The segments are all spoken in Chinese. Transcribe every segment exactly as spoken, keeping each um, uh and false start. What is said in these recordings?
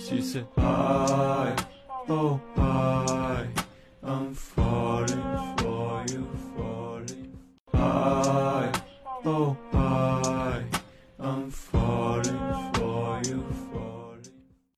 She said, I, oh, I, I'm falling for you, falling. I, oh, I, I'm falling for you, falling.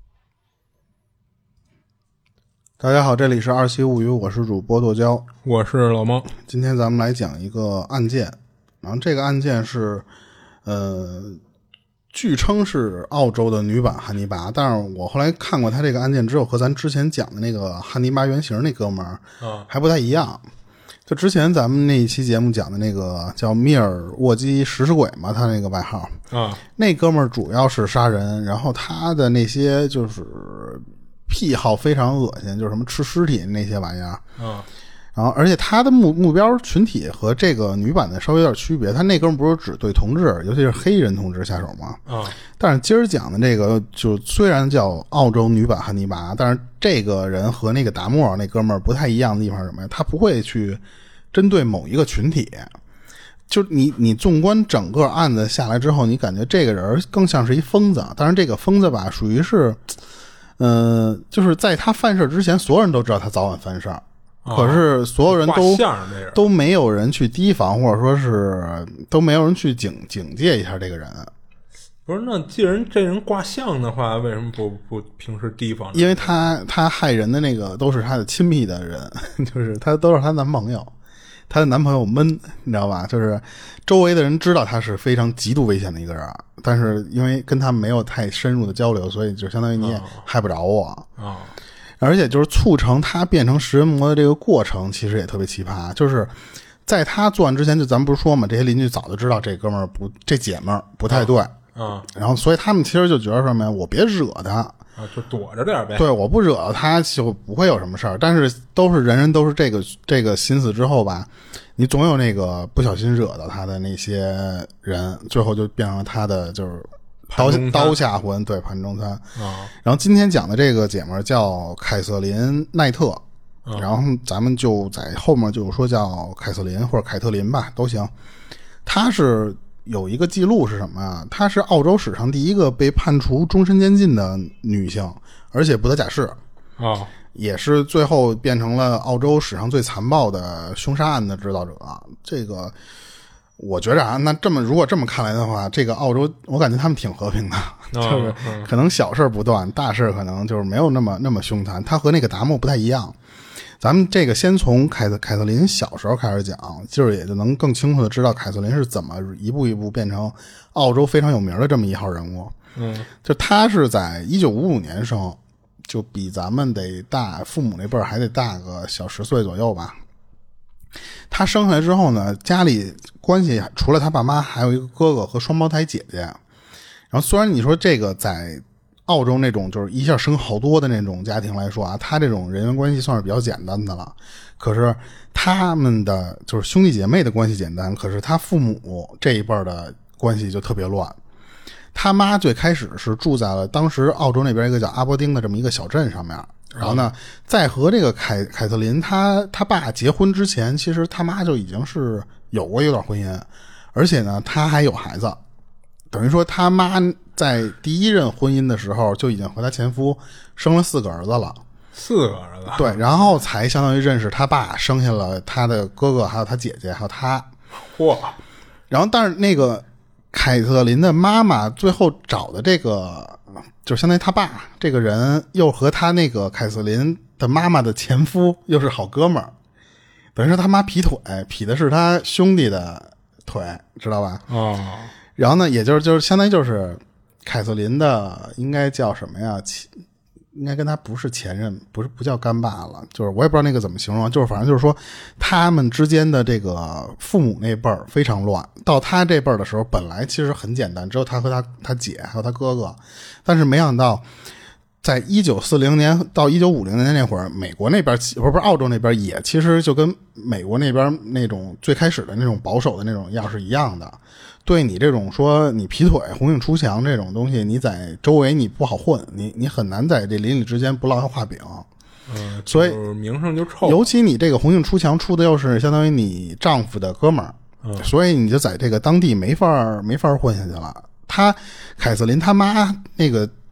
大家好，这里是二期物语，我是主播剁椒， 我是老猫。 今天咱们来讲一个案件，然后这个案件是，呃，据称是澳洲的女版汉尼拔，但是我后来看过他这个案件之后，和咱之前讲的那个汉尼拔原型那哥们儿还不太一样。就之前咱们那一期节目讲的那个叫密尔沃基食尸鬼嘛，他那个外号啊， 那哥们儿主要是杀人，然后他的那些就是癖好非常恶心，就是什么吃尸体那些玩意儿。 嗯， 然后而且他的目目标群体和这个女版的稍微有点区别，他那哥们不是只对同志，尤其是黑人同志下手吗？ 嗯， 但是今儿讲的这个就虽然叫澳洲女版汉尼拔，但是这个人和那个达莫那哥们儿不太一样的地方是什么呀？他不会去针对某一个群体。就你你纵观整个案子下来之后，你感觉这个人更像是一疯子，当然这个疯子吧属于是呃，就是在他犯事之前，所有人都知道他早晚犯事儿，哦，可是所有人都都没有人去提防，或者说是都没有人去警警戒一下这个人。 不是，那既然这人挂相的话，为什么不不平时提防？ 因为他他害人的那个都是他的亲密的人，就是他都是他男朋友，他的男朋友闷，你知道吧？就是周围的人知道他是非常极度危险的一个人，但是因为跟他没有太深入的交流，所以就相当于你也害不着我啊。 哦， 而且就是促成他变成食人魔的这个过程，其实也特别奇葩。就是在他作案之前，就咱们不是说嘛，这些邻居早就知道这哥们儿不，这姐们儿不太对。 嗯， 然后所以他们其实就觉得什么呀，我别惹他啊，就躲着点呗。 对，我不惹他就不会有什么事儿。但是都是人人都是这个这个心思之后吧，你总有那个不小心惹到他的那些人，最后就变成了他的就是刀刀下魂，对，盘中餐。 啊， 然后今天讲的这个姐们儿叫凯瑟琳奈特， 嗯， 然后咱们就在后面就说叫凯瑟琳或者凯特琳吧，都行。她是有一个记录是什么啊？她是澳洲史上第一个被判处终身监禁的女性，而且不得假释。 啊， 也是最后变成了澳洲史上最残暴的凶杀案的制造者。这个我觉着啊，那这么如果这么看来的话，这个澳洲我感觉他们挺和平的， 哦， 就是可能小事不断，大事可能就是没有那么那么凶残。他和那个达莫不太一样。咱们这个先从凯特凯瑟琳小时候开始讲，就是也就能更清楚的知道凯瑟琳是怎么一步一步变成澳洲非常有名的这么一号人物。 嗯， 就他是在一九五五年生，就比咱们得大，父母那辈儿还得大个小十岁左右吧。他生下来之后呢，家里关系除了他爸妈，还有一个哥哥和双胞胎姐姐。然后虽然你说这个在澳洲那种就是一下生好多的那种家庭来说啊，他这种人员关系算是比较简单的了。可是他们的就是兄弟姐妹的关系简单，可是他父母这一辈的关系就特别乱。他妈最开始是住在了当时澳洲那边一个叫阿伯丁的这么一个小镇上面，然后呢，在和这个凯凯特琳他他爸结婚之前，其实他妈就已经是有过一段婚姻，而且呢，他还有孩子，等于说他妈在第一任婚姻的时候就已经和他前夫生了四个儿子了。 四个儿子？ 对，然后才相当于认识他爸，生下了他的哥哥，还有他姐姐，还有他。 嚯！ 然后，但是那个凯特琳的妈妈最后找的这个，就相当于他爸这个人，又和他那个凯瑟琳的妈妈的前夫又是好哥们儿，等于说他妈劈腿，劈的是他兄弟的腿，知道吧？ 哦。 然后呢，也就是就是相当于就是凯瑟琳的应该叫什么呀？应该跟他不是前任，不是不叫干爸了，就是我也不知道那个怎么形容，就是反正就是说他们之间的这个父母那辈儿非常乱，到他这辈儿的时候本来其实很简单，只有他和他他姐还有他哥哥，但是没想到在一九四零年到一九五零年那会儿，美国那边不是不是澳洲那边也其实就跟美国那边那种最开始的那种保守的那种样是一样的。对你这种说你劈腿红杏出墙这种东西，你在周围你不好混，你你很难在这邻里之间不落下画饼。 嗯， 所以名声就臭。 尤其你这个红杏出墙出的又是相当于你丈夫的哥们儿， 嗯， 所以你就在这个当地没法没法混下去了。他凯瑟琳他妈那个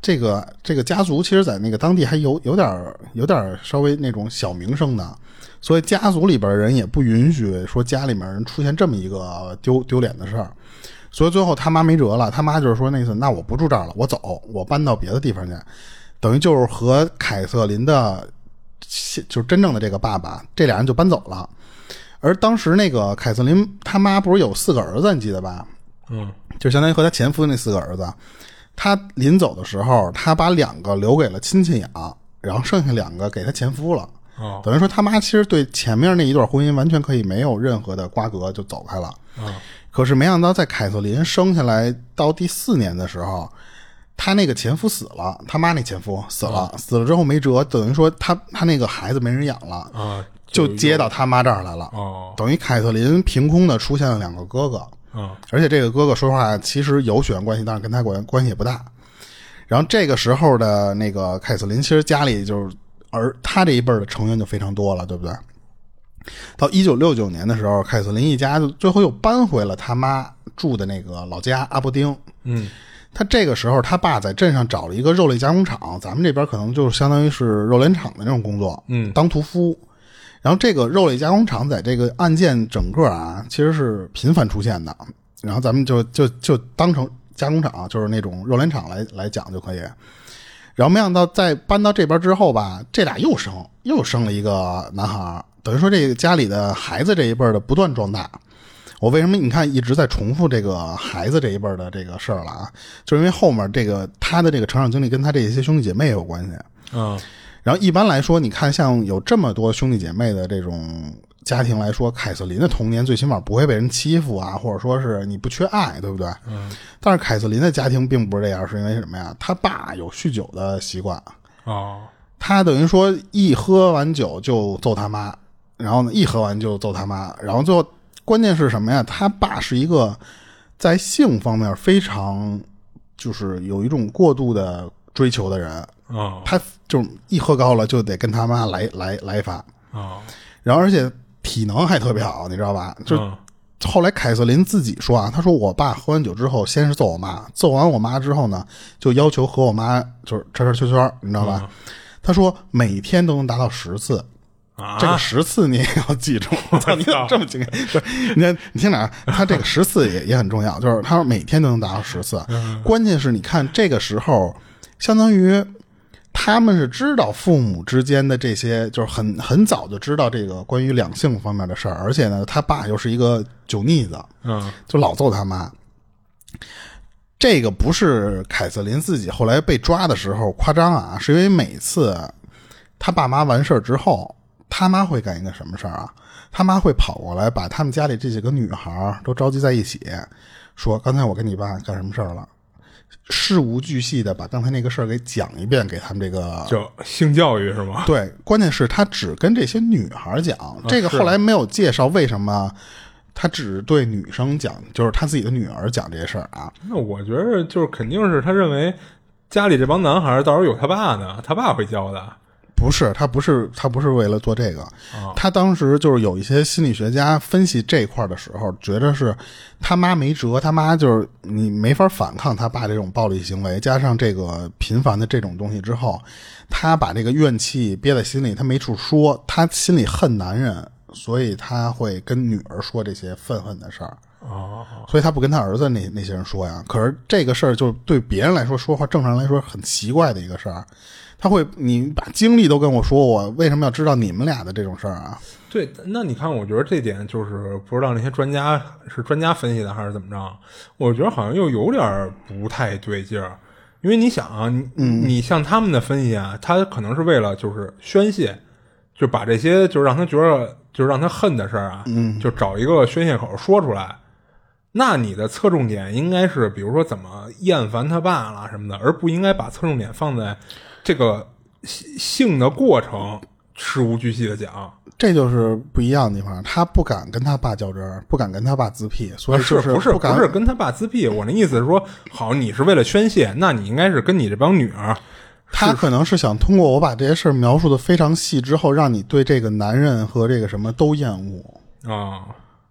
这个这个家族其实在那个当地还有有点有点稍微那种小名声的，所以家族里边人也不允许说家里面人出现这么一个丢丢脸的事儿。所以最后他妈没辙了，他妈就是说那次那我不住这儿了，我走，我搬到别的地方去，等于就是和凯瑟琳的就是真正的这个爸爸这俩人就搬走了。而当时那个凯瑟琳他妈不是有四个儿子你记得吧？ 嗯， 就相当于和他前夫那四个儿子，他临走的时候他把两个留给了亲戚养，然后剩下两个给他前夫了。 哦， 等于说他妈其实对前面那一段婚姻完全可以没有任何的瓜葛就走开了。 哦， 可是没想到在凯瑟琳生下来到第四年的时候，他那个前夫死了，他妈那前夫死了，哦、死了之后没辙，等于说他他那个孩子没人养了啊， 就接到他妈这儿来了。 哦， 等于凯瑟琳凭空的出现了两个哥哥。 嗯， 而且这个哥哥说实话其实有血缘关系，但是跟他关关系也不大。然后这个时候的那个凯瑟琳其实家里就是而他这一辈的成员就非常多了，对不对？到一九六九年的时候，凯瑟琳一家就最后又搬回了他妈住的那个老家阿伯丁。 嗯， 他这个时候他爸在镇上找了一个肉类加工厂，咱们这边可能就是相当于是肉联厂的那种工作， 嗯， 当屠夫。然后这个肉类加工厂在这个案件整个啊其实是频繁出现的，然后咱们就就就当成加工厂，就是那种肉联厂来来讲就可以。然后没想到在搬到这边之后吧，这俩又生又生了一个男孩，等于说这个家里的孩子这一辈的不断壮大。我为什么你看一直在重复这个孩子这一辈的这个事儿了啊？就是因为后面这个他的这个成长经历跟他这些兄弟姐妹也有关系。 嗯， 然后一般来说你看像有这么多兄弟姐妹的这种家庭来说，凯瑟琳的童年最起码不会被人欺负啊，或者说是你不缺爱，对不对？ 嗯。 但是凯瑟琳的家庭并不是这样，是因为什么呀？他爸有酗酒的习惯。 哦。 他等于说一喝完酒就揍他妈，然后呢一喝完就揍他妈，然后最后关键是什么呀？他爸是一个在性方面非常就是有一种过度的追求的人。 哦。 他就一喝高了就得跟他妈来来来一发。 哦。 然后而且体能还特别好，你知道吧？就后来凯瑟琳自己说啊，他说我爸喝完酒之后先是揍我妈，揍完我妈之后呢就要求和我妈就是圈圈圈圈，你知道吧？嗯、他说每天都能达到十次。 啊、 这个十次你也要记住，你怎么这么经验？你看，你听着啊，他这个十次也也很重要，就是他说每天都能达到十次。 嗯、 关键是你看这个时候，相当于他们是知道父母之间的这些，就是很很早就知道这个关于两性方面的事儿，而且呢，他爸又是一个酒腻子， 嗯， 就老揍他妈。这个不是凯瑟琳自己后来被抓的时候夸张啊，是因为每次他爸妈完事儿之后，他妈会干一个什么事儿啊？他妈会跑过来把他们家里这几个女孩都召集在一起，说刚才我跟你爸干什么事儿了，事无巨细的把刚才那个事儿给讲一遍给他们这个， 就性教育是吗？ 对，关键是他只跟这些女孩讲，啊、这个后来没有介绍为什么他只对女生讲，就是他自己的女儿讲这些事儿啊。 那我觉得就是肯定是他认为家里这帮男孩到时候有他爸呢，他爸会教的。 不是，他不是他不是为了做这个、 哦、 他当时就是有一些心理学家分析这块的时候觉得是他妈没辙，他妈就是你没法反抗他爸这种暴力行为，加上这个频繁的这种东西之后，他把这个怨气憋在心里，他没处说，他心里恨男人，所以他会跟女儿说这些愤恨的事儿。 哦， 所以他不跟他儿子那那些人说呀。可是这个事儿就对别人来说说话正常人来说很奇怪的一个事儿，他会你把经历都跟我说，我为什么要知道你们俩的这种事儿啊？ 对，那你看，我觉得这点就是不知道那些专家是专家分析的还是怎么着，我觉得好像又有点不太对劲儿。因为你想啊，你、嗯、你像他们的分析啊，他可能是为了就是宣泄，就把这些就是让他觉得就是让他恨的事儿啊， 嗯， 就找一个宣泄口说出来。那你的侧重点应该是比如说怎么厌烦他爸啦什么的，而不应该把侧重点放在这个性的过程事无巨细的讲。 这就是不一样的地方，他不敢跟他爸较真儿，不敢跟他爸自辟，所以就是不是不敢不是跟他爸自辟。我那意思是说，好，你是为了宣泄，那你应该是跟你这帮女儿， 他可能是想通过我把这些事儿描述的非常细之后，让你对这个男人和这个什么都厌恶啊。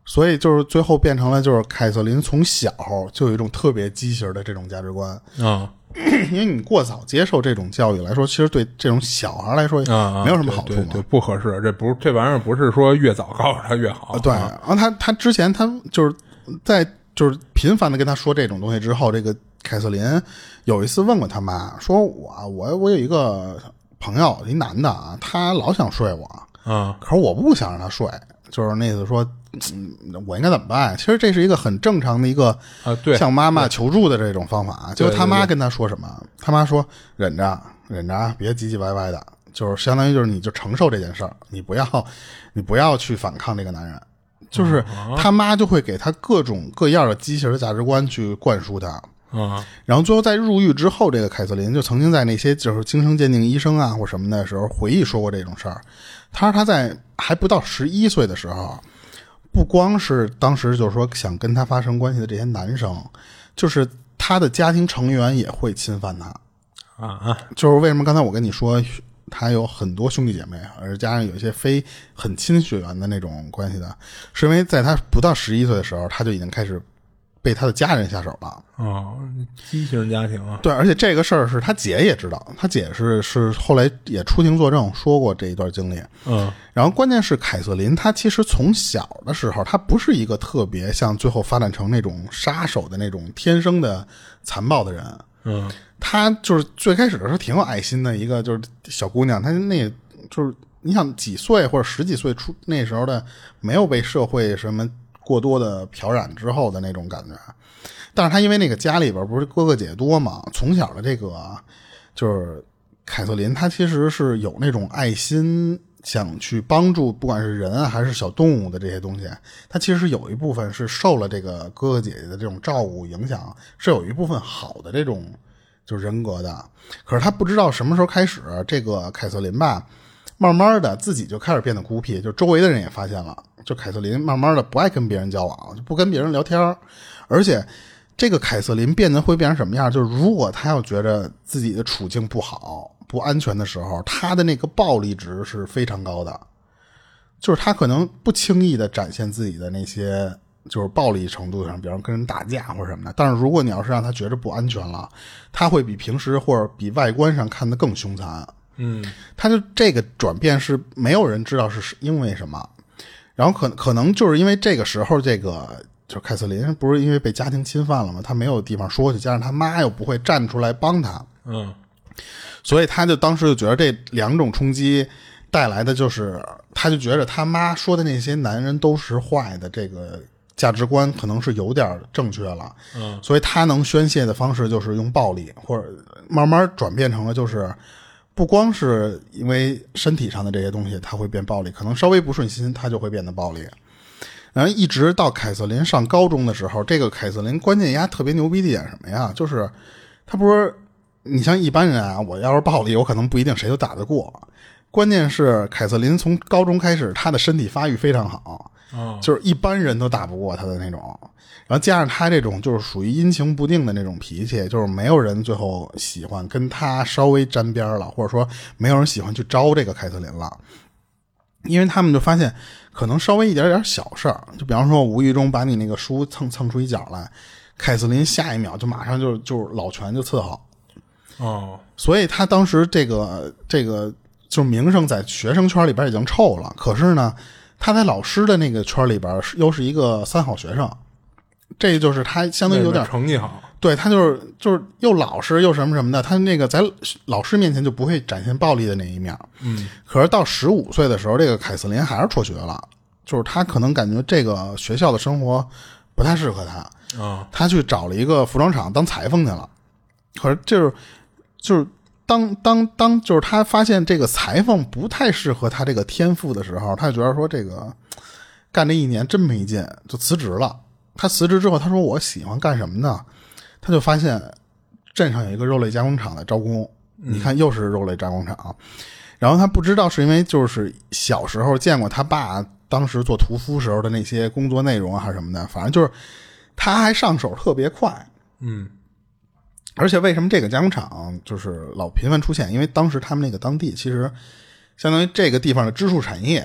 所以就是最后变成了就是凯瑟琳从小就有一种特别畸形的这种价值观啊， 因为你过早接受这种教育来说，其实对这种小孩来说没有什么好处嘛， 啊、对, 对, 对，不合适。这不是这玩意儿不是说越早告诉他越好。 对，然后他他之前他就是在就是频繁的跟他说这种东西之后，这个凯瑟琳有一次问过他妈，说我我我有一个朋友，一男的啊，他老想睡我， 啊， 可是我不想让他睡，就是那次说。嗯，我应该怎么办？其实这是一个很正常的一个啊，对， 向妈妈求助的这种方法。就他妈跟他说什么？他妈说忍着，忍着，别唧唧歪歪的，就是相当于就是你就承受这件事儿，你不要，你不要去反抗这个男人。就是他妈就会给他各种各样的畸形的价值观去灌输他。 啊， 然后最后在入狱之后，这个凯瑟琳就曾经在那些就是精神鉴定医生啊或什么的时候回忆说过这种事儿。他说他在还不到十一岁的时候。不光是当时就是说想跟他发生关系的这些男生，就是他的家庭成员也会侵犯他啊。 就是为什么刚才我跟你说他有很多兄弟姐妹，而加上有一些非很亲血缘的那种关系的，是因为在他不到十一岁的时候，他就已经开始被他的家人下手了。 哦，畸形家庭啊。 对，而且这个事儿是他姐也知道，他姐是是后来也出庭作证说过这一段经历。 嗯， 然后关键是凯瑟琳她其实从小的时候，她不是一个特别像最后发展成那种杀手的那种天生的残暴的人。 嗯， 她就是最开始的时候挺有爱心的一个就是小姑娘，她那就是你想几岁或者十几岁出那时候的，没有被社会什么过多的漂染之后的那种感觉。但是他因为那个家里边不是哥哥姐多嘛，从小的这个就是凯瑟琳，她其实是有那种爱心，想去帮助不管是人啊还是小动物的这些东西。她其实有一部分是受了这个哥哥姐姐的这种照顾影响，是有一部分好的这种就是人格的。可是她不知道什么时候开始，这个凯瑟琳吧慢慢的自己就开始变得孤僻，就周围的人也发现了，就凯瑟琳慢慢的不爱跟别人交往，就不跟别人聊天。而且这个凯瑟琳变得会变成什么样，就是如果她要觉得自己的处境不好不安全的时候，她的那个暴力值是非常高的，就是她可能不轻易的展现自己的那些就是暴力程度上，比方跟人打架或者什么的。但是如果你要是让她觉得不安全了，她会比平时或者比外观上看得更凶残。 嗯， 他就这个转变是没有人知道是因为什么，然后可可能就是因为这个时候这个就是凯瑟琳不是因为被家庭侵犯了吗？他没有地方说去，加上他妈又不会站出来帮他， 嗯， 所以他就当时就觉得这两种冲击带来的就是，他就觉得他妈说的那些男人都是坏的，这个价值观可能是有点正确了， 嗯， 所以他能宣泄的方式就是用暴力，或者慢慢转变成了就是。不光是因为身体上的这些东西他会变暴力，可能稍微不顺心他就会变得暴力。然后一直到凯瑟琳上高中的时候，这个凯瑟琳关键丫特别牛逼的点什么呀，就是他不是你像一般人啊，我要是暴力我可能不一定谁都打得过，关键是凯瑟琳从高中开始她的身体发育非常好， 哦， 就是一般人都打不过她的那种。然后加上他这种就是属于阴晴不定的那种脾气，就是没有人最后喜欢跟他稍微沾边了，或者说没有人喜欢去招这个凯瑟琳了，因为他们就发现可能稍微一点点小事儿，就比方说我无意中把你那个书蹭蹭出一角来，凯瑟琳下一秒就马上就就老拳就伺候。 哦， 所以他当时这个这个就是名声在学生圈里边已经臭了，可是呢他在老师的那个圈里边又是一个三好学生。这就是他相当于有点成绩好， 对，他就是就是又老实又什么什么的，他那个在老师面前就不会展现暴力的那一面。 嗯， 可是到十五岁的时候，这个凯瑟琳还是辍学了，就是他可能感觉这个学校的生活不太适合他啊、哦， 他去找了一个服装厂当裁缝去了。可是就是就是当当当就是他发现这个裁缝不太适合他这个天赋的时候，他就觉得说这个干这一年真没劲，就辞职了。他辞职之后他说我喜欢干什么呢，他就发现镇上有一个肉类加工厂在招工，你看又是肉类加工厂。然后他不知道是因为就是小时候见过他爸当时做屠夫时候的那些工作内容啊还是什么的，反正就是他还上手特别快。 嗯， 而且为什么这个加工厂就是老频繁出现，因为当时他们那个当地其实相当于这个地方的支柱产业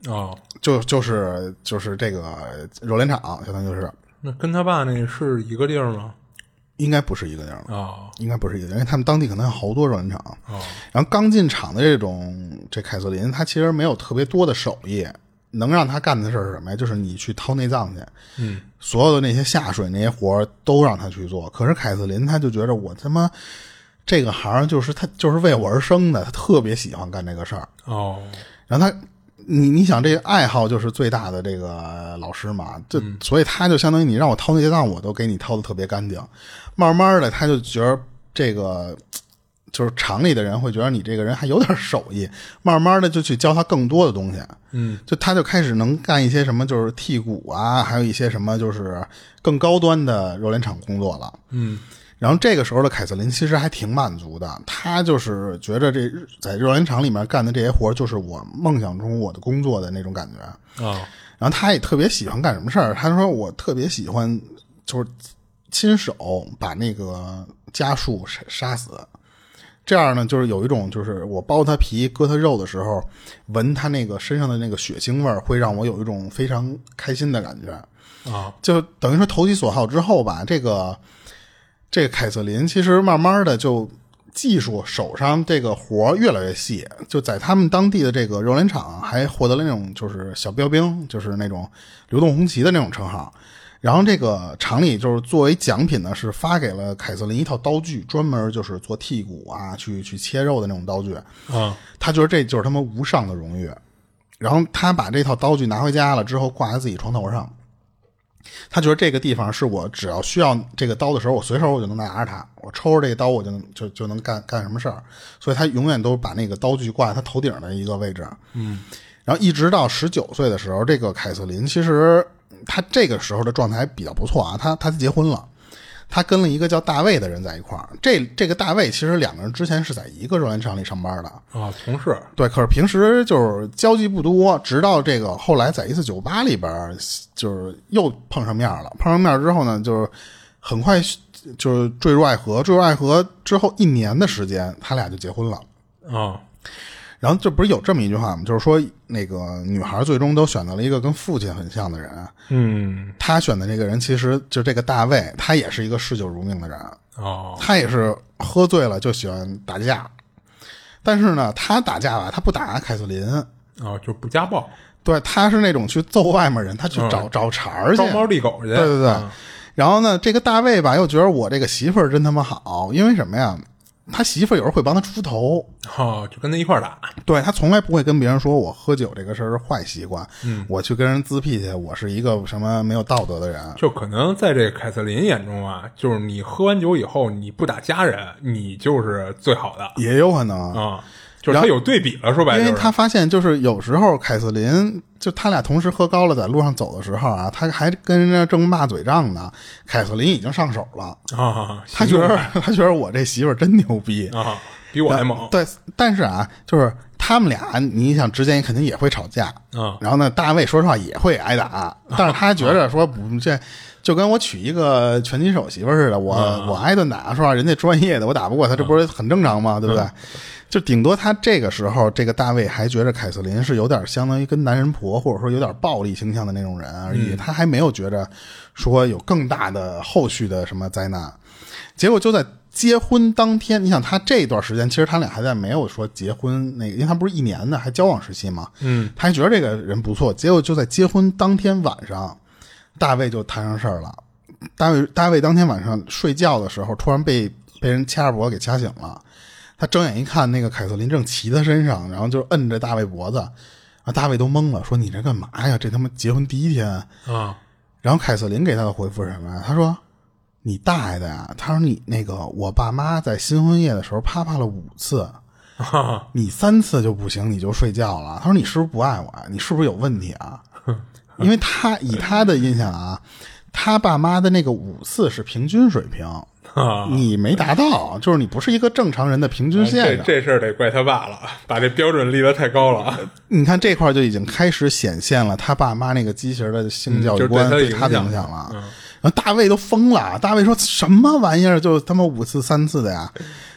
哦， 就就是就是这个肉联厂，相当于是。 那跟他爸那是一个地儿吗？ 应该不是一个地儿哦， 应该不是一个地儿，因为他们当地可能有好多肉联厂。 哦， 然后刚进厂的这种这凯瑟琳，他其实没有特别多的手艺，能让他干的事是什么呀？就是你去掏内脏去， 嗯， 所有的那些下水那些活都让他去做。可是凯瑟琳他就觉得我他妈这个行就是他就是为我而生的，他特别喜欢干这个事儿。 哦， 然后他。你你想这个爱好就是最大的这个老师嘛，就、嗯、所以他就相当于你让我掏那些脏，我都给你掏的特别干净。慢慢的，他就觉得这个就是厂里的人会觉得你这个人还有点手艺，慢慢的就去教他更多的东西。 嗯， 就他就开始能干一些什么就是剔骨啊，还有一些什么就是更高端的肉联厂工作了。 嗯。 然后这个时候的凯瑟琳其实还挺满足的，她就是觉得这在肉联厂里面干的这些活就是我梦想中我的工作的那种感觉啊。 然后她也特别喜欢干什么事儿，她说我特别喜欢就是亲手把那个家畜杀死，这样呢就是有一种就是我剥它皮割它肉的时候，闻它那个身上的那个血腥味会让我有一种非常开心的感觉啊。 就等于说投其所好之后吧，这个。这个凯瑟琳其实慢慢的就技术手上这个活越来越细，就在他们当地的这个肉联厂还获得了那种就是小标兵，就是那种流动红旗的那种称号。然后这个厂里就是作为奖品呢，是发给了凯瑟琳一套刀具，专门就是做剔骨啊，去去切肉的那种刀具啊。 他觉得这就是他们无上的荣誉。然后他把这套刀具拿回家了之后，挂在自己床头上。他觉得这个地方是我只要需要这个刀的时候，我随手我就能拿着它，我抽着这个刀我就能就就能干干什么事儿，所以他永远都把那个刀具挂在他头顶的一个位置。 嗯， 然后一直到十九岁的时候，这个凯瑟琳其实他这个时候的状态还比较不错啊，他他结婚了。他跟了一个叫大卫的人在一块儿，这这个大卫其实两个人之前是在一个肉联厂里上班的啊，同事。对， 可是平时就是交际不多，直到这个后来在一次酒吧里边，就是又碰上面了。碰上面之后呢，就是很快就是坠入爱河，坠入爱河之后一年的时间，他俩就结婚了啊。 然后这不是有这么一句话吗？就是说那个女孩最终都选择了一个跟父亲很像的人。 嗯， 他选的这个人其实就这个大卫，他也是一个嗜酒如命的人。 哦， 他也是喝醉了就喜欢打架，但是呢，他打架吧，他不打凯瑟琳。 哦，就不家暴。 对，他是那种去揍外面人，他去找、嗯、找茬去， 招猫递狗去。 对对对。 嗯、 然后呢，这个大卫吧，又觉得我这个媳妇儿真他妈好，因为什么呀？他媳妇儿有时候会帮他出头， 哦，就跟他一块打。 对，他从来不会跟别人说我喝酒这个事儿是坏习惯， 嗯， 我去跟人自辟去，我是一个什么没有道德的人。 就可能在这个凯瑟琳眼中啊，就是你喝完酒以后你不打家人，你就是最好的， 也有可能啊。嗯，就是他有对比了，说白了、就是， 因为他发现就是有时候凯瑟琳就他俩同时喝高了，在路上走的时候啊，他还跟人家正骂嘴仗呢，凯瑟琳已经上手了啊， 他觉得他觉得我这媳妇儿真牛逼啊，比我还猛。 对，但是啊，就是他们俩，你想之间肯定也会吵架啊。 然后呢，大卫说实话也会挨打，但是他觉得说不这。就跟我娶一个拳击手媳妇似的，我、嗯、我挨顿打是吧？人家专业的，我打不过他，这不是很正常吗？嗯、对不对？嗯、就顶多他这个时候，这个大卫还觉得凯瑟琳是有点相当于跟男人婆，或者说有点暴力倾向的那种人而已，嗯、他还没有觉着说有更大的后续的什么灾难。结果就在结婚当天，你想他这段时间，其实他俩还在没有说结婚那个，因为他不是一年的，还交往时期嘛。 嗯， 他还觉得这个人不错。结果就在结婚当天晚上。大卫就摊上事儿了，大卫大卫当天晚上睡觉的时候，突然被被人掐着脖子给掐醒了。他睁眼一看，那个凯瑟琳正骑他身上，然后就摁着大卫脖子，啊，大卫都懵了，说你这干嘛呀？这他妈结婚第一天啊！ 然后凯瑟琳给他的回复是什么呀？他说：“你大爷的呀！”他说：“你那个我爸妈在新婚夜的时候啪啪了五次， 啊、 你三次就不行，你就睡觉了。”他说：“你是不是不爱我呀？你是不是有问题啊？”因为他以他的印象啊，他爸妈的那个五次是平均水平， 啊、 你没达到，就是你不是一个正常人的平均线上。 这这事儿得怪他爸了，把这标准立得太高了。 你看这块就已经开始显现了他爸妈那个畸形的性教育观、 嗯、 对他的影响了。 嗯、 然后大卫都疯了，大卫说什么玩意儿就他妈五次三次的呀？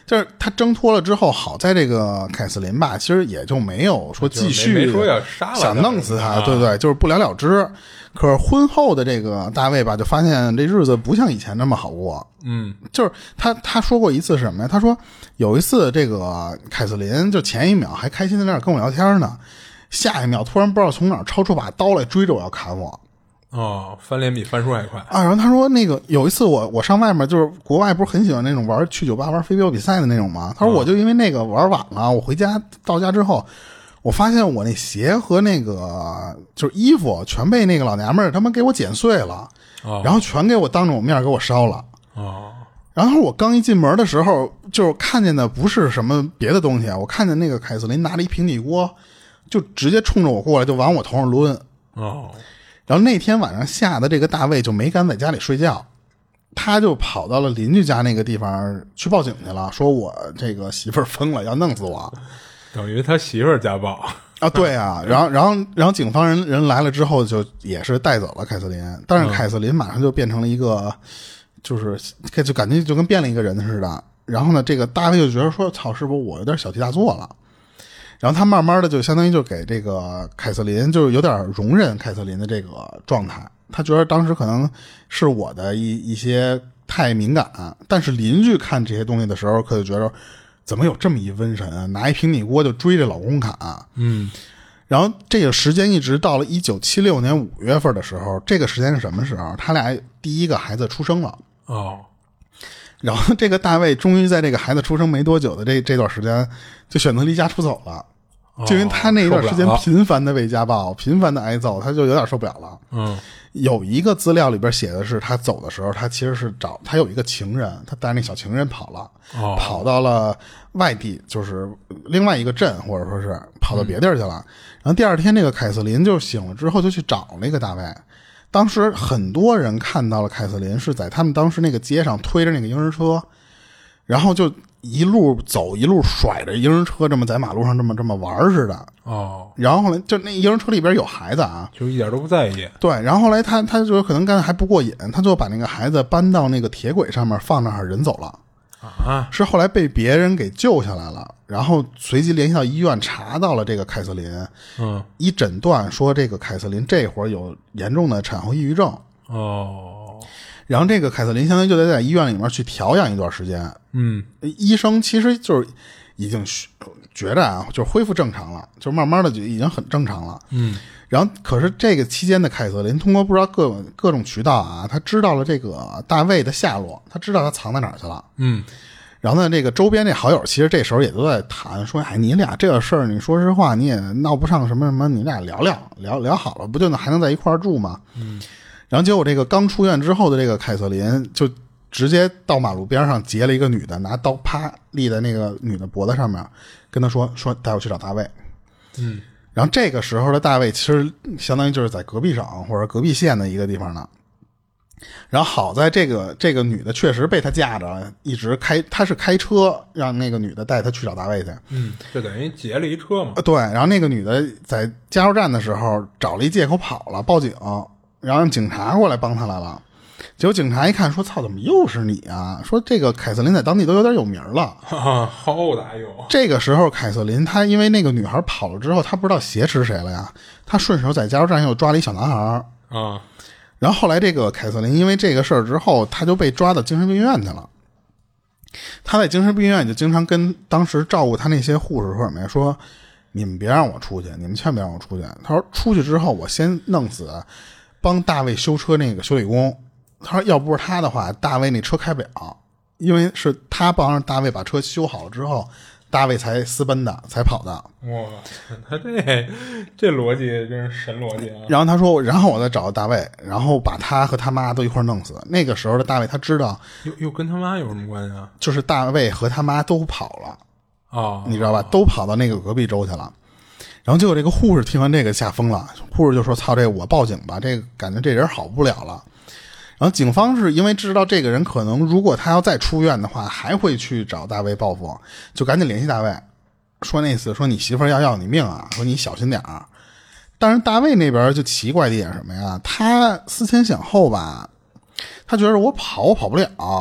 就是他挣脱了之后，好在这个凯瑟琳吧，其实也就没有说继续没说要杀了想弄死他， 啊、 对对，就是不了了之。可是婚后的这个大卫吧，就发现这日子不像以前那么好过。 嗯， 就是他他说过一次什么呀？他说有一次这个凯瑟琳就前一秒还开心在那儿跟我聊天呢，下一秒突然不知道从哪儿抄出把刀来追着我要砍我。 哦，翻脸比翻书还快啊！然后他说那个有一次我我上外面，就是国外不是很喜欢那种玩去酒吧玩飞镖比赛的那种吗？他说我就因为那个玩晚了，我回家到家之后，我发现我那鞋和那个就是衣服全被那个老娘们儿他们给我剪碎了， 哦、 然后全给我当着我面给我烧了。 哦， 然后我刚一进门的时候，就是看见的不是什么别的东西，我看见那个凯瑟琳拿了一平底锅，就直接冲着我过来，就往我头上抡。 哦。 然后那天晚上吓得这个大卫就没敢在家里睡觉，他就跑到了邻居家那个地方去报警去了，说我这个媳妇儿疯了，要弄死我。 等于他媳妇儿家暴啊，对啊，然后然后然后警方人人来了之后，就也是带走了凯瑟琳，但是凯瑟琳马上就变成了一个，就是就感觉就跟变了一个人似的。然后呢，这个大卫就觉得说，操，是不是我有点小题大做了？然后他慢慢的就相当于就给这个凯瑟琳就是有点容忍凯瑟琳的这个状态，他觉得当时可能是我的一一些太敏感，但是邻居看这些东西的时候，可就觉得怎么有这么一瘟神啊，拿一平底锅就追着老公砍。 嗯， 然后这个时间一直到了一九七六年五月份的时候，这个时间是什么时候？他俩第一个孩子出生了。 哦。 然后这个大卫终于在这个孩子出生没多久的这这段时间就选择离家出走了。就因为他那一段时间频繁的被家暴，频繁的挨揍，他就有点受不了了。 嗯， 有一个资料里边写的是，他走的时候，他其实是找他有一个情人，他带那小情人跑了， 哦、 跑到了外地，就是另外一个镇，或者说是跑到别地儿去了。嗯、然后第二天，这个凯瑟琳就醒了之后，就去找那个大卫。当时很多人看到了凯瑟琳是在他们当时那个街上推着那个婴儿车，然后就一路走一路甩着婴儿车，这么在马路上这么这么玩似的。 哦， 然后后来就那婴儿车里边有孩子啊， 就一点都不在意。 对，然后后来他他就可能干还不过瘾，他就把那个孩子搬到那个铁轨上面放那儿人走了。 啊， 是后来被别人给救下来了，然后随即联系到医院，查到了这个凯瑟琳。 嗯， 一诊断说这个凯瑟琳这会儿有严重的产后抑郁症。 哦， 然后这个凯瑟琳相当于就得在医院里面去调养一段时间。 嗯， 医生其实就是已经觉着啊，就是恢复正常了，就慢慢的就已经很正常了。 嗯， 然后可是这个期间的凯瑟琳通过不知道各各种渠道啊，他知道了这个大卫的下落，他知道他藏在哪儿去了。 嗯， 然后呢，这个周边这好友其实这时候也都在谈说，哎，你俩这个事儿，你说实话你也闹不上什么什么，你俩聊聊聊聊好了，不就还能在一块儿住吗？ 嗯， 然后结果这个刚出院之后的这个凯瑟琳就直接到马路边上截了一个女的，拿刀啪立在那个女的脖子上面，跟她说说带我去找大卫。 嗯， 然后这个时候的大卫其实相当于就是在隔壁省或者隔壁县的一个地方呢。然后好在这个这个女的确实被他架着，一直开，他是开车让那个女的带他去找大卫去。 嗯，就等于劫了一车嘛。 对，然后那个女的在加油站的时候找了一借口跑了，报警，然后让警察过来帮他来了。结果警察一看说，操，怎么又是你啊？说这个凯瑟琳在当地都有点有名了。 啊，好大用。 这个时候凯瑟琳她因为那个女孩跑了之后，她不知道挟持谁了呀，她顺手在加油站又抓了一小男孩啊。 然后后来这个凯瑟琳因为这个事儿之后，她就被抓到精神病院去了。她在精神病院就经常跟当时照顾她那些护士说什么呀，说你们别让我出去，你们千万别让我出去。她说出去之后我先弄死帮大卫修车那个修理工。他说要不是他的话，大卫那车开不了，因为是他帮着大卫把车修好了之后，大卫才私奔的，才跑的。 哇，他这这逻辑真是神逻辑啊！ 然后他说，然后我再找到大卫，然后把他和他妈都一块弄死。那个时候的大卫他知道， 又又跟他妈有什么关系啊？ 就是大卫和他妈都跑了， 哦， 你知道吧？都跑到那个隔壁州去了。然后结果这个护士听完这个吓疯了，护士就说：“操，这我报警吧，这个感觉这人好不了了。”然后警方是因为知道这个人可能如果他要再出院的话还会去找大卫报复，就赶紧联系大卫，说那次说你媳妇儿要要你命啊，说你小心点儿。但是大卫那边就奇怪的一点什么呀，他思前想后吧，他觉得我跑我跑不了，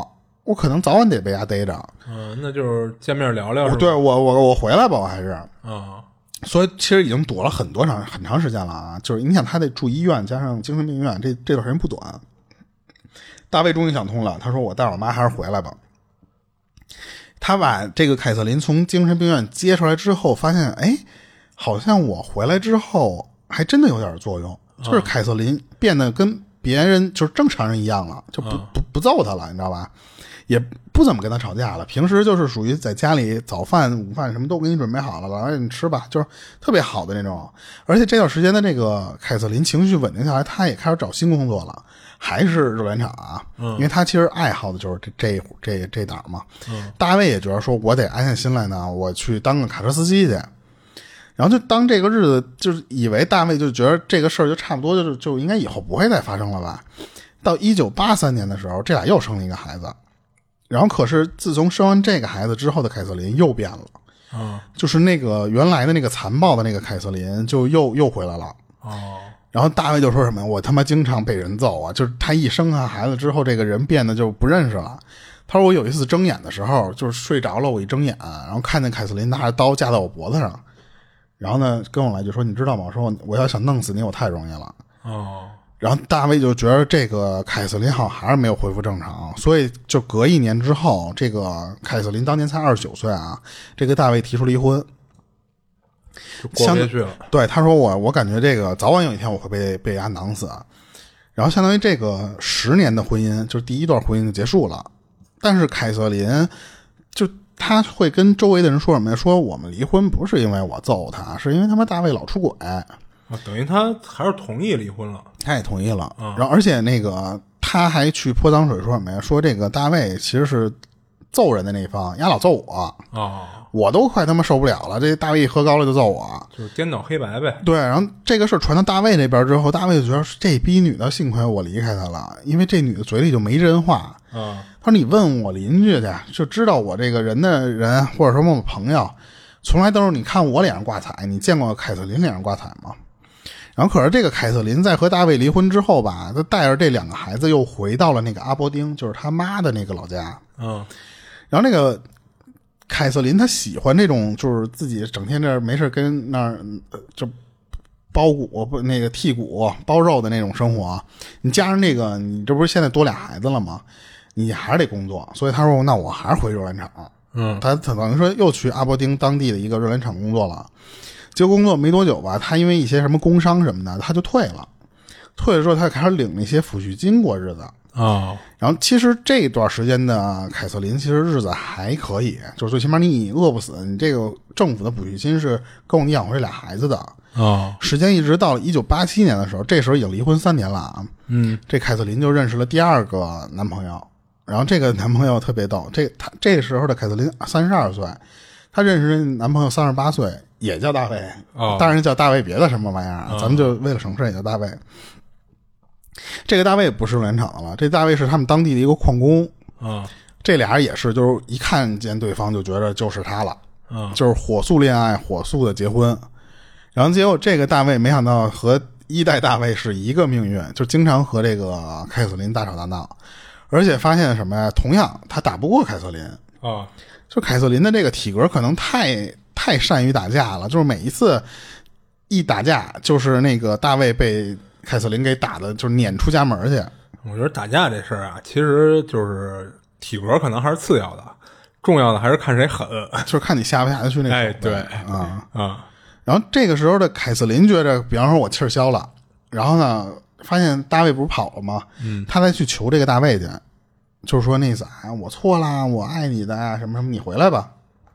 我可能早晚得被他逮着。 嗯，那就是见面聊聊是吧？ 对，我我我回来吧，我还是啊。 所以其实已经躲了很多长很长时间了啊，就是你想他得住医院加上精神病院，这这段时间不短。大卫终于想通了，他说我带我妈还是回来吧。他把这个凯瑟琳从精神病院接出来之后，发现哎，好像我回来之后还真的有点作用，就是凯瑟琳变得跟别人就是正常人一样了，就不不不揍他了，你知道吧？也不怎么跟他吵架了，平时就是属于在家里早饭午饭什么都给你准备好了，老让你吃吧，就是特别好的那种。而且这段时间的这个凯瑟琳情绪稳定下来，他也开始找新工作了，还是肉联厂啊，嗯，因为他其实爱好的就是这这这这档嘛。嗯，大卫也觉得说我得安下心来呢，我去当个卡车司机去。然后就当这个日子，就是以为大卫就觉得这个事儿就差不多就就应该以后不会再发生了吧。到一九八三年的时候，这俩又生了一个孩子。然后可是自从生完这个孩子之后的凯瑟琳又变了，嗯，就是那个原来的那个残暴的那个凯瑟琳就又又回来了。哦，然后大卫就说什么我他妈经常被人揍啊，就是他一生下孩子之后这个人变得就不认识了。他说我有一次睁眼的时候就是睡着了，我一睁眼然后看见凯瑟琳拿着刀架到我脖子上，然后呢跟我来就说你知道吗，我说我要想弄死你我太容易了。哦，然后大卫就觉得这个凯瑟琳好像还是没有恢复正常，所以就隔一年之后，这个凯瑟琳当年才二十九岁啊，这个大卫提出离婚， 就过不下去了。 对，他说我我感觉这个早晚有一天我会被被他囊死，然后相当于这个十年的婚姻，就是第一段婚姻就结束了。但是凯瑟琳就他会跟周围的人说什么呀？说我们离婚不是因为我揍他，是因为他妈大卫老出轨。 啊，等于他还是同意离婚了， 他也同意了，嗯，然后而且那个他还去泼脏水，说什么呀？说这个大卫其实是揍人的那一方，丫老揍我，哦，我都快他妈受不了了，这大卫一喝高了就揍我， 就是颠倒黑白呗。 对，然后这个事传到大卫这边之后，大卫就觉得这逼女的幸亏我离开她了，因为这女的嘴里就没真话。嗯，他说你问我邻居去，就知道我这个人的人，或者说我朋友，从来都是你看我脸上挂彩，你见过凯瑟琳脸上挂彩吗？然后可是这个凯瑟琳在和大卫离婚之后吧，他带着这两个孩子又回到了那个阿伯丁，就是他妈的那个老家。嗯，然后那个凯瑟琳她喜欢这种就是自己整天这没事跟那儿就包骨不那个剔骨包肉的那种生活，你加上这个你这不是现在多俩孩子了吗？你还是得工作，所以他说那我还是回肉联厂。嗯，他等于说又去阿伯丁当地的一个肉联厂工作了。结果工作没多久吧，他因为一些什么工伤什么的，他就退了。退了之后，他就开始领那些抚恤金过日子啊。哦、然后其实这段时间的凯瑟琳其实日子还可以，就是最起码你饿不死，你这个政府的补恤金是够你养活这俩孩子的啊。哦、时间一直到了一九八七年的时候，这时候已经离婚三年了啊。嗯，这凯瑟琳就认识了第二个男朋友，然后这个男朋友特别逗，这他这时候的凯瑟琳三十二岁，她认识男朋友三十八岁。也叫大卫，哦，当然叫大卫别的什么玩意儿，哦，咱们就为了省事也叫大卫。这个大卫不是肉联厂的了，这大卫是他们当地的一个矿工。哦，这俩人也是，就是一看见对方就觉得就是他了，哦，就是火速恋爱，火速的结婚。然后结果这个大卫没想到和一代大卫是一个命运，就经常和这个凯瑟琳大吵大闹，而且发现什么呀？同样他打不过凯瑟琳。哦，就凯瑟琳的这个体格可能太。太善于打架了，就是每一次一打架就是那个大卫被凯瑟琳给打的就是撵出家门去。 我觉得打架这事儿啊，其实就是体格可能还是次要的，重要的还是看谁狠， 就是看你下不下得去那个。 哎，对啊啊。然后这个时候的凯瑟琳觉得，比方说我气儿消了，然后呢发现大卫不是跑了吗？嗯，他再去求这个大卫去，就是说那意思啊，我错啦，我爱你的啊，什么什么，你回来吧。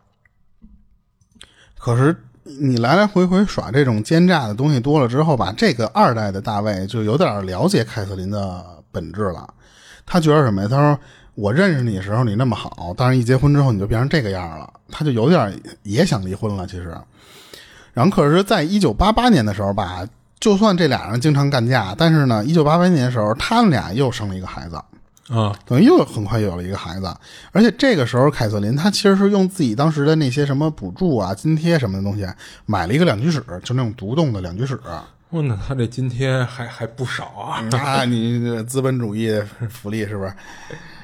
可是你来来回回耍这种奸诈的东西多了之后吧，这个二代的大卫就有点了解凯瑟琳的本质了。他觉得什么呀？他说我认识你的时候你那么好，但是一结婚之后你就变成这个样了。他就有点也想离婚了其实。然后可是在一九八八年的时候吧，就算这俩人经常干架，但是呢一九八八年的时候他们俩又生了一个孩子。啊，等于又很快有了一个孩子，而且这个时候凯瑟琳她其实是用自己当时的那些什么补助啊、津贴什么的东西，买了一个两居室，就那种独栋的两居室。 哦，那他这津贴还还不少啊！ 啊，你资本主义福利是不是？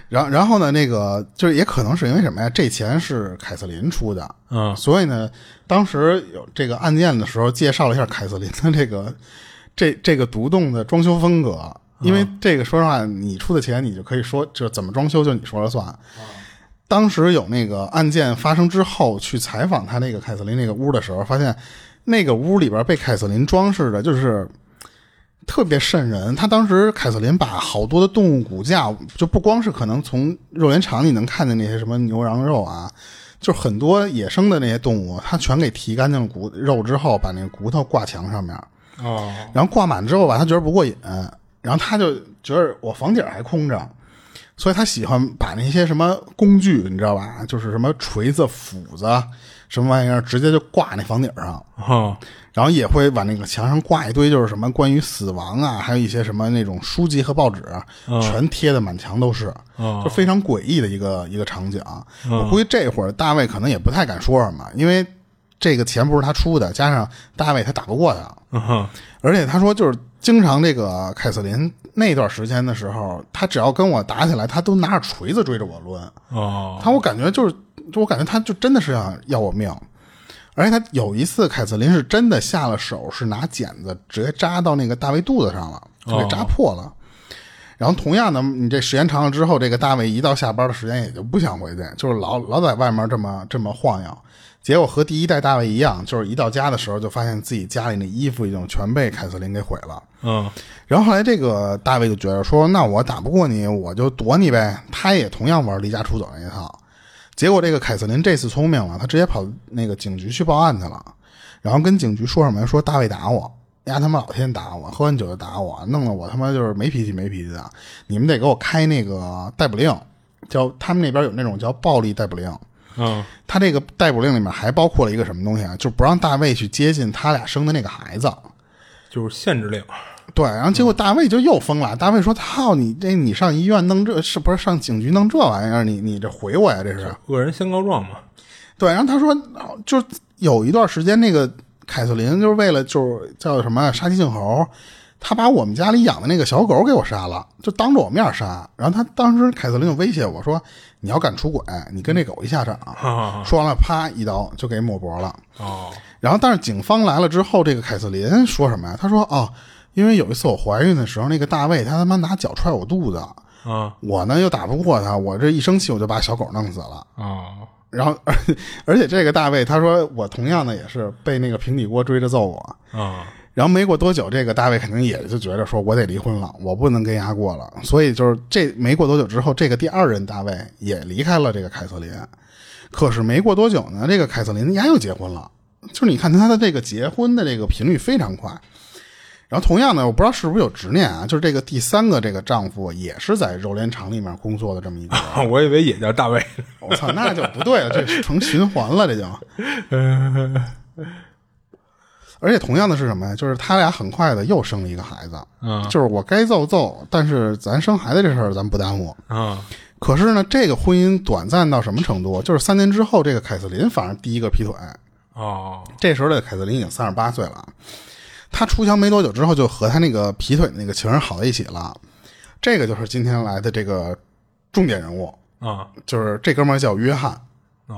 然后然后呢，那个就是也可能是因为什么呀？这钱是凯瑟琳出的， 嗯， 所以呢，当时有这个案件的时候，介绍了一下凯瑟琳的这个这这个独栋的装修风格。因为这个说实话，你出的钱，你就可以说就怎么装修就你说了算。当时有那个案件发生之后，去采访他那个凯瑟琳那个屋的时候，发现那个屋里边被凯瑟琳装饰的，就是特别瘆人。他当时凯瑟琳把好多的动物骨架，就不光是可能从肉联厂你能看见那些什么牛羊肉啊，就是很多野生的那些动物，他全给提干净了骨肉之后，把那个骨头挂墙上面。 哦， 然后挂满之后吧，他觉得不过瘾。然后他就觉得我房顶还空着，所以他喜欢把那些什么工具，你知道吧，就是什么锤子、斧子什么玩意儿，直接就挂那房顶上。 哦， 然后也会往那个墙上挂一堆，就是什么关于死亡啊，还有一些什么那种书籍和报纸， 哦、 全贴的满墙都是， 哦、 就非常诡异的一个一个场景。哦、我估计这会儿大卫可能也不太敢说什么，因为这个钱不是他出的，加上大卫他打不过他， 哦、 而且他说就是经常这个凯瑟琳那段时间的时候，他只要跟我打起来，他都拿着锤子追着我抡。 哦， 他我感觉就是，我感觉他就真的是要要我命。而且他有一次，凯瑟琳是真的下了手，是拿剪子直接扎到那个大卫肚子上了，就给扎破了。哦、然后同样的，你这时间长了之后，这个大卫一到下班的时间也就不想回去，就是老老在外面这么这么晃悠。结果和第一代大卫一样，就是一到家的时候就发现自己家里那衣服已经全被凯瑟琳给毁了。 嗯， 然后后来这个大卫就觉得说，那我打不过你，我就躲你呗。他也同样玩离家出走那一套。结果这个凯瑟琳这次聪明了，他直接跑那个警局去报案去了，然后跟警局说什么，说大卫打我，呀他妈老天打我，喝完酒就打我，弄得我他妈就是没脾气没脾气的，你们得给我开那个逮捕令，叫他们那边有那种叫暴力逮捕令。 嗯， 他这个逮捕令里面还包括了一个什么东西啊？就不让大卫去接近他俩生的那个孩子， 就是限制令。 对，然后结果大卫就又疯了。大卫说：“操你这，你上医院弄这是不是上警局弄这玩意儿？你你这毁我呀！这是恶人先告状嘛。” 对，然后他说，就有一段时间，那个凯瑟琳就是为了就是叫什么杀鸡儆猴，他把我们家里养的那个小狗给我杀了，就当着我面杀。然后他当时凯瑟琳就威胁我说：“你要敢出轨，你跟这狗一下场。 啊” 说完了，啪一刀就给抹脖了。 哦， 然后但是警方来了之后，这个凯瑟琳说什么呀？他说：“哦。”因为有一次我怀孕的时候，那个大卫他他妈拿脚踹我肚子， 啊， 我呢又打不过他，我这一生气我就把小狗弄死了啊。 然后而而且这个大卫他说我同样的也是被那个平底锅追着揍过啊。 然后没过多久，这个大卫肯定也就觉得说我得离婚了，我不能跟丫过了，所以就是这没过多久之后，这个第二任大卫也离开了这个凯瑟琳。可是没过多久呢，这个凯瑟琳丫又结婚了，就是你看他的这个结婚的这个频率非常快。然后同样的，我不知道是不是有执念啊，就是这个第三个这个丈夫也是在肉联厂里面工作的这么一个人。 啊、我以为也叫大卫。 我操，那就不对了，这成循环了，这就。而且同样的是什么呀？就是他俩很快的又生了一个孩子。 嗯， 就是我该揍揍，但是咱生孩子这事儿咱不耽误。 嗯。 可是呢，这个婚姻短暂到什么程度？就是三年之后，这个凯瑟琳反而第一个劈腿。 哦。 这时候的凯瑟琳已经三十八岁了。他出墙没多久之后，就和他那个劈腿的那个情人好在一起了。这个就是今天来的这个重点人物啊， 就是这哥们儿叫约翰。 啊、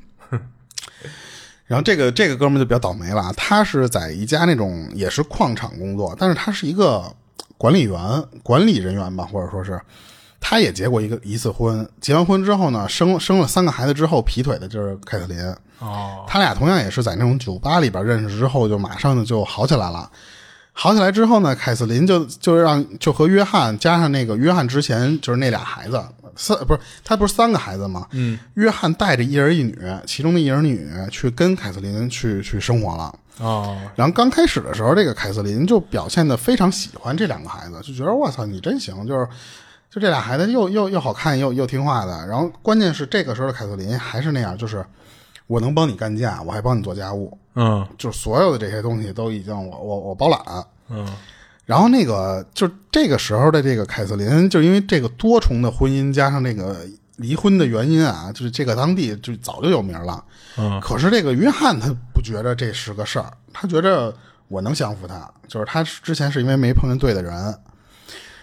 然后这个这个哥们儿就比较倒霉了，他是在一家那种也是矿场工作，但是他是一个管理员、管理人员吧，或者说是他也结过一个一次婚。结完婚之后呢，生生了三个孩子之后劈腿的就是凯瑟琳。 哦， 他俩同样也是在那种酒吧里边认识之后，就马上就好起来了。好起来之后呢，凯瑟琳就就让就和约翰加上那个约翰之前就是那俩孩子，三不是他不是三个孩子吗？ 嗯， 约翰带着一儿一女，其中的一儿一女去跟凯瑟琳去去生活了。 哦， 然后刚开始的时候，这个凯瑟琳就表现得非常喜欢这两个孩子，就觉得我操你真行，就是就这俩孩子又又又好看又又听话的。然后关键是这个时候的凯瑟琳还是那样，就是我能帮你干架，我还帮你做家务， 嗯， 就所有的这些东西都已经我我我包揽， 嗯。 然后那个就这个时候的这个凯瑟琳，就因为这个多重的婚姻加上这个离婚的原因啊，就是这个当地就早就有名了。 嗯。 可是这个约翰他不觉得这是个事儿，他觉得我能降服他，就是他之前是因为没碰见对的人。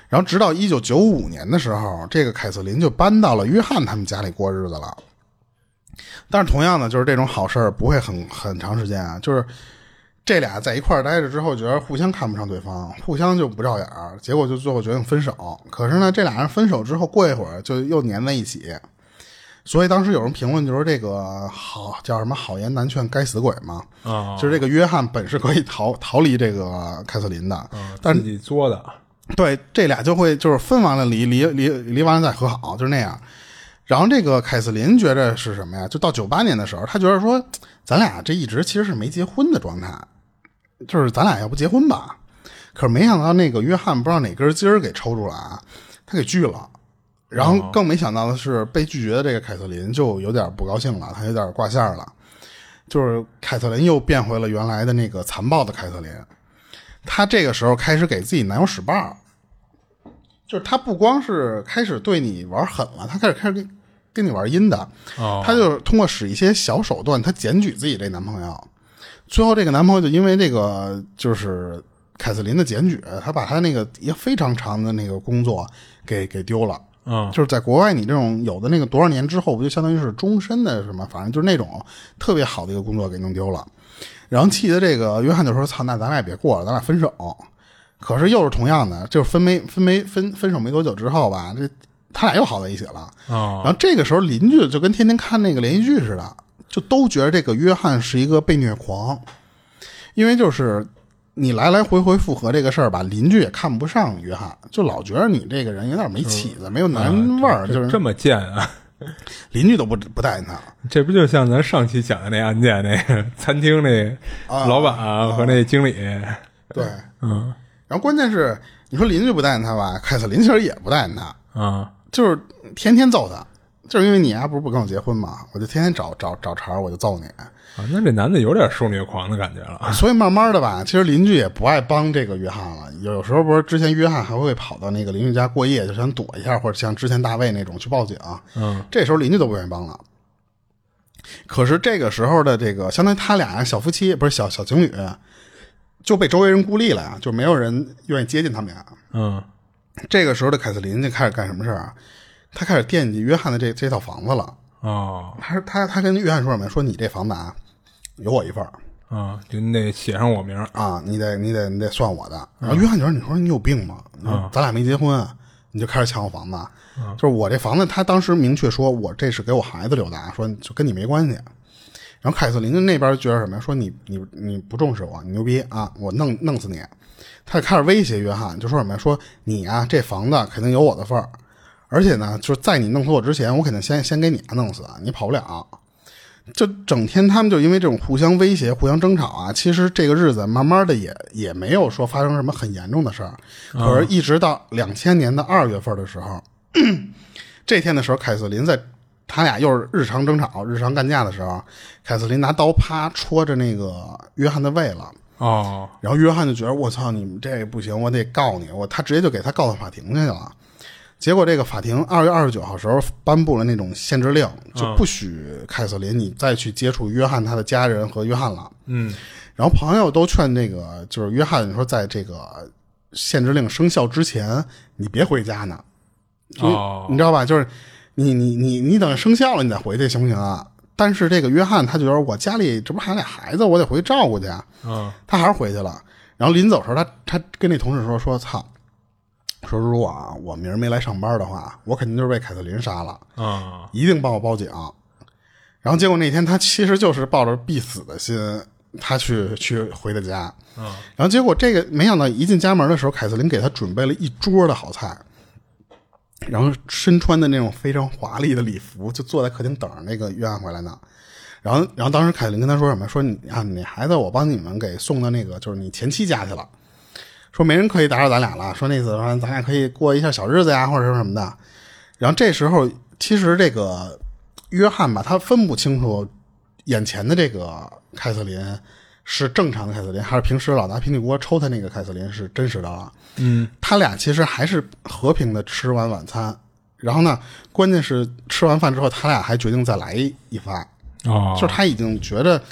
然后直到一九九五年的时候，这个凯瑟琳就搬到了约翰他们家里过日子了。但是同样的，就是这种好事儿不会很很长时间啊，就是这俩在一块儿待着之后，觉得互相看不上对方，互相就不照眼儿，结果就最后决定分手。可是呢，这俩人分手之后，过一会儿就又粘在一起。所以当时有人评论就是这个好叫什么好言难劝该死鬼嘛， 啊， 就是这个约翰本是可以逃逃离这个凯瑟琳的， 啊但是自己作的。 对，这俩就会就是分完了离离离离完了再和好，就是那样。然后这个凯瑟琳觉得是什么呀？就到九八年的时候，他觉得说咱俩这一直其实是没结婚的状态，就是咱俩要不结婚吧。可是没想到那个约翰不知道哪根筋儿给抽住了啊，他给拒了。然后更没想到的是，被拒绝的这个凯瑟琳就有点不高兴了，他有点挂线了。就是凯瑟琳又变回了原来的那个残暴的凯瑟琳。她这个时候开始给自己男友使绊，就是她不光是开始对你玩狠了，她开始开始跟跟你玩阴的。 哦， 她就是通过使一些小手段，她检举自己这男朋友。最后这个男朋友就因为这个就是凯瑟琳的检举，他把他那个一个非常长的那个工作给给丢了。 嗯， 就是在国外，你这种有的那个多少年之后，不就相当于是终身的什么，反正就是那种特别好的一个工作给弄丢了。然后气的这个约翰就说：“操，那咱俩也别过了，咱俩分手。”可是又是同样的，就是分没分没分分手没多久之后吧，这他俩又好在一起了。 哦， 然后这个时候邻居就跟天天看那个连续剧似的，就都觉得这个约翰是一个被虐狂，因为就是你来来回回复合这个事儿吧，邻居也看不上约翰，就老觉得你这个人有点没起子，没有男人味儿， 啊、 就是这么贱啊！ 邻居都不不待见他。 这不就像咱上期讲的那案件，那个餐厅那老板和那经理？ 啊、对， 嗯。 然后关键是你说邻居不待见他吧，凯瑟琳其实也不待见他啊， 就是天天揍他，就是因为你啊不是不跟我结婚嘛，我就天天找找找茬，我就揍你。 啊，那这男的有点受虐狂的感觉了。 所以慢慢的吧，其实邻居也不爱帮这个约翰了。有时候不是之前约翰还会跑到那个邻居家过夜，就想躲一下，或者像之前大卫那种去报警。 嗯， 这时候邻居都不愿意帮了。可是这个时候的这个，相当于他俩小夫妻不是小小情侣，就被周围人孤立了呀，就没有人愿意接近他们俩。 嗯， 这个时候的凯瑟琳就开始干什么事啊？他开始惦记约翰的这这套房子了。 哦， 他他他跟约翰说什么？说你这房子啊，有我一份啊，就你得写上我名啊，你得你得你得算我的。然后约翰就说：“你说你有病吗？ 嗯、 咱俩没结婚，你就开始抢我房子。嗯、就是我这房子，他当时明确说我这是给我孩子留的，说就跟你没关系。”然后凯瑟琳那边觉得什么呀？说你你你不重视我，你牛逼啊，我弄弄死你。他就开始威胁约翰，就说什么呀？说你啊，这房子肯定有我的份儿，而且呢，就是在你弄死我之前，我肯定先先给你弄死，你跑不了。就整天他们就因为这种互相威胁、互相争吵啊，其实这个日子慢慢的也也没有说发生什么很严重的事儿。可是，一直到两千年的二月份的时候，嗯、这天的时候，凯瑟琳在他俩又是日常争吵、日常干架的时候，凯瑟琳拿刀啪戳着那个约翰的胃了。 哦， 然后约翰就觉得我操，你们这不行，我得告你，我他直接就给他告到法庭去了。结果这个法庭二月二十九号时候颁布了那种限制令，就不许凯瑟琳你再去接触约翰他的家人和约翰了。 嗯， 然后朋友都劝这个就是约翰说，在这个限制令生效之前，你别回家呢。 哦， 你知道吧？就是你你你你等生效了你再回去行不行啊？但是这个约翰他觉得我家里这不还俩孩子，我得回去照顾去。 嗯， 他还是回去了。然后临走时候，他他跟那同事说说操。说如果啊我明儿没来上班的话，我肯定就是被凯瑟琳杀了啊！ 一定帮我报警。然后结果那天他其实就是抱着必死的心，他去去回的家。 嗯， 然后结果这个没想到一进家门的时候，凯瑟琳给他准备了一桌的好菜，然后身穿的那种非常华丽的礼服，就坐在客厅等着那个约翰回来呢。然后然后当时凯瑟琳跟他说什么？说你啊，你孩子我帮你们给送到那个就是你前妻家去了。说没人可以打扰咱俩了，说那次说咱俩可以过一下小日子呀，或者什么的。然后这时候其实这个约翰吧，他分不清楚眼前的这个凯瑟琳是正常的凯瑟琳，还是平时老拿平底锅抽他那个凯瑟琳是真实的了。 嗯， 他俩其实还是和平的吃完晚餐，然后呢，关键是吃完饭之后，他俩还决定再来一番。 哦， 就是他已经觉得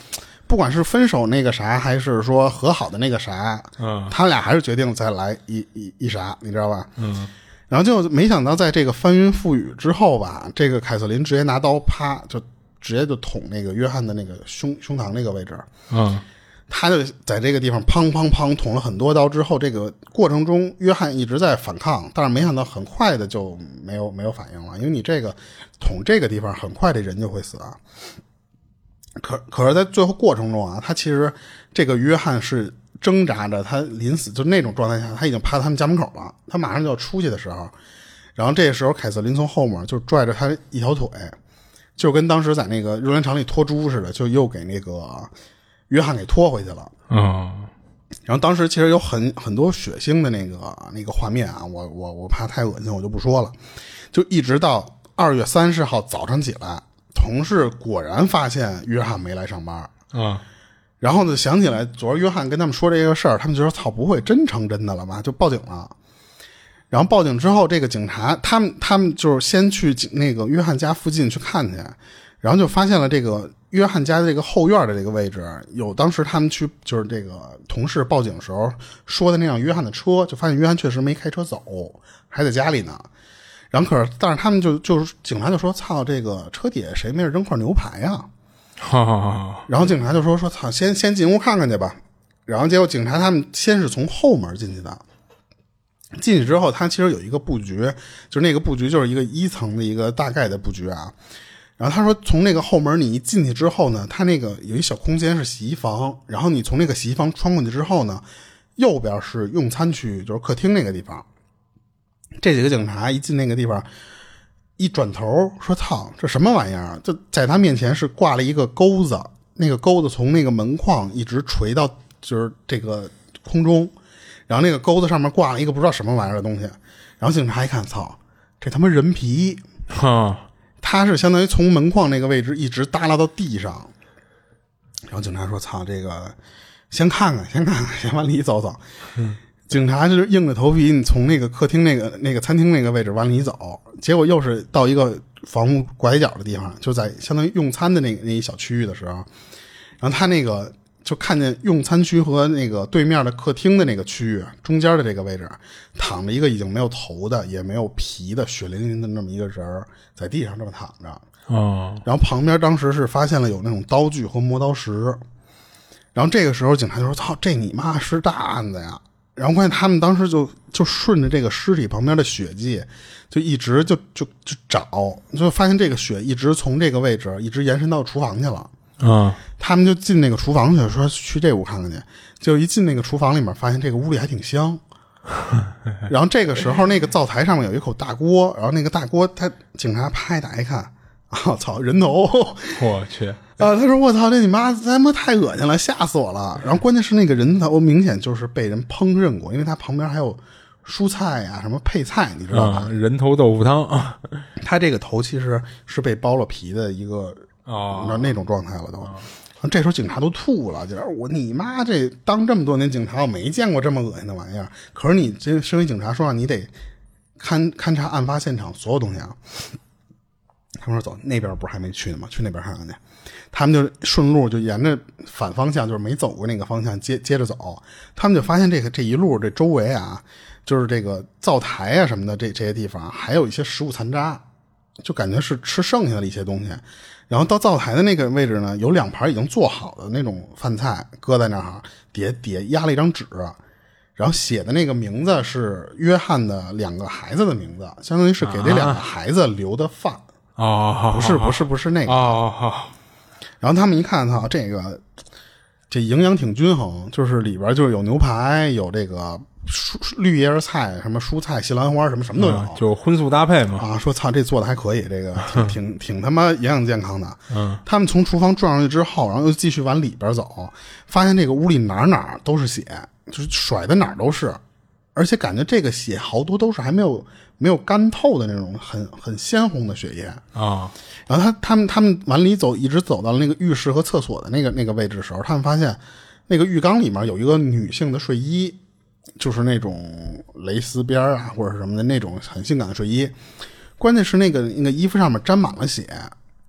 不管是分手那个啥，还是说和好的那个啥， 嗯， 他俩还是决定再来一一一啥，你知道吧？ 嗯， 然后就没想到在这个翻云覆雨之后吧，这个凯瑟琳直接拿刀啪就直接就捅那个约翰的那个胸胸膛那个位置， 嗯， 他就在这个地方砰砰砰捅了很多刀之后，这个过程中约翰一直在反抗，但是没想到很快的就没有没有反应了，因为你这个捅这个地方很快这人就会死啊。可可是在最后过程中啊，他其实这个约翰是挣扎着，他临死就那种状态下，他已经趴他们家门口了，他马上就要出去的时候，然后这时候凯瑟琳从后面就拽着他一条腿，就跟当时在那个肉联厂里拖猪似的，就又给那个约翰给拖回去了。 嗯， 然后当时其实有很很多血腥的那个那个画面啊，我我我怕太恶心，我就不说了。就一直到二月三十号早上起来，同事果然发现约翰没来上班。 嗯， 然后呢，想起来昨儿约翰跟他们说这个事儿，他们就说操，不会真成真的了吧？就报警了。然后报警之后，这个警察他们他们就是先去那个约翰家附近去看去，然后就发现了这个约翰家的这个后院的这个位置有当时他们去就是这个同事报警时候说的那辆约翰的车，就发现约翰确实没开车走，还在家里呢。然后可是但是他们就就是警察就说操，这个车底下谁没事扔块牛排呀？然后警察就说说操，先先进屋看看去吧。然后结果警察他们先是从后门进去的。进去之后，他其实有一个布局，就是那个布局就是一个一层的一个大概的布局啊。然后他说，从那个后门你一进去之后呢，他那个有一小空间是洗衣房，然后你从那个洗衣房穿过去之后呢，右边是用餐区，就是客厅那个地方。这几个警察一进那个地方，一转头说：“操，这什么玩意儿？”就在他面前是挂了一个钩子，那个钩子从那个门框一直垂到就是这个空中。然后那个钩子上面挂了一个不知道什么玩意儿的东西，然后警察一看，操，这他妈人皮！ 哈， 他是相当于从门框那个位置一直耷拉到地上。然后警察说：“操，这个先看看，先看看，先往里走走。” 嗯， 警察就是硬着头皮，你从那个客厅那个那个餐厅那个位置往里走，结果又是到一个房屋拐角的地方，就在相当于用餐的那那一小区域的时候，然后他那个。就看见用餐区和那个对面的客厅的那个区域中间的这个位置躺着一个已经没有头的也没有皮的血淋淋的那么一个人在地上这么躺着。 哦， 然后旁边当时是发现了有那种刀具和磨刀石。然后这个时候警察就说：“操，这你妈是大案子呀！”然后关键他们当时就就顺着这个尸体旁边的血迹就一直就就就找，就发现这个血一直从这个位置一直延伸到厨房去了。 嗯， 他们就进那个厨房去，说去这屋看看去。就一进那个厨房里面，发现这个屋里还挺香。然后这个时候，那个灶台上面有一口大锅，然后那个大锅，他警察啪一打一看，啊操，人头！ 我去！ 啊，他说我操，这你妈他妈太恶心了，吓死我了。然后关键是那个人头明显就是被人烹饪过，因为他旁边还有蔬菜呀、啊、什么配菜，你知道吧？ 嗯、人头豆腐汤啊， 他这个头其实是被剥了皮的一个。 哦， 那种状态了都。哦，这时候警察都吐了，就是我你妈这当这么多年警察，我没见过这么恶心的玩意儿。可是你这身为警察，说让你得勘勘察案发现场所有东西啊。他们说走，那边不是还没去呢吗？去那边看看去。他们就顺路就沿着反方向，就是没走过那个方向，接接着走。他们就发现这个这一路这周围啊，就是这个灶台啊什么的这这些地方，还有一些食物残渣，就感觉是吃剩下的一些东西。然后到灶台的那个位置呢，有两盘已经做好的那种饭菜搁在那儿，底下底下压了一张纸，然后写的那个名字是约翰的两个孩子的名字，相当于是给这两个孩子留的饭。 哦， 不是不是不是那个。 哦， 然后他们一看，操，这个这营养挺均衡，就是里边就是有牛排，有这个绿叶菜，什么蔬菜、西兰花，什么什么都有， 嗯、就荤素搭配嘛。 啊，说操，这做的还可以，这个挺挺挺他妈营养健康的。 嗯， 他们从厨房转上去之后，然后又继续往里边走，发现这个屋里哪哪都是血，就是甩的哪儿都是，而且感觉这个血好多都是还没有没有干透的那种很很鲜红的血液啊。 然后他他们他们往里走，一直走到那个浴室和厕所的那个那个位置的时候，他们发现那个浴缸里面有一个女性的睡衣。就是那种蕾丝边啊或者什么的那种很性感的睡衣，关键是那个那个衣服上面沾满了血，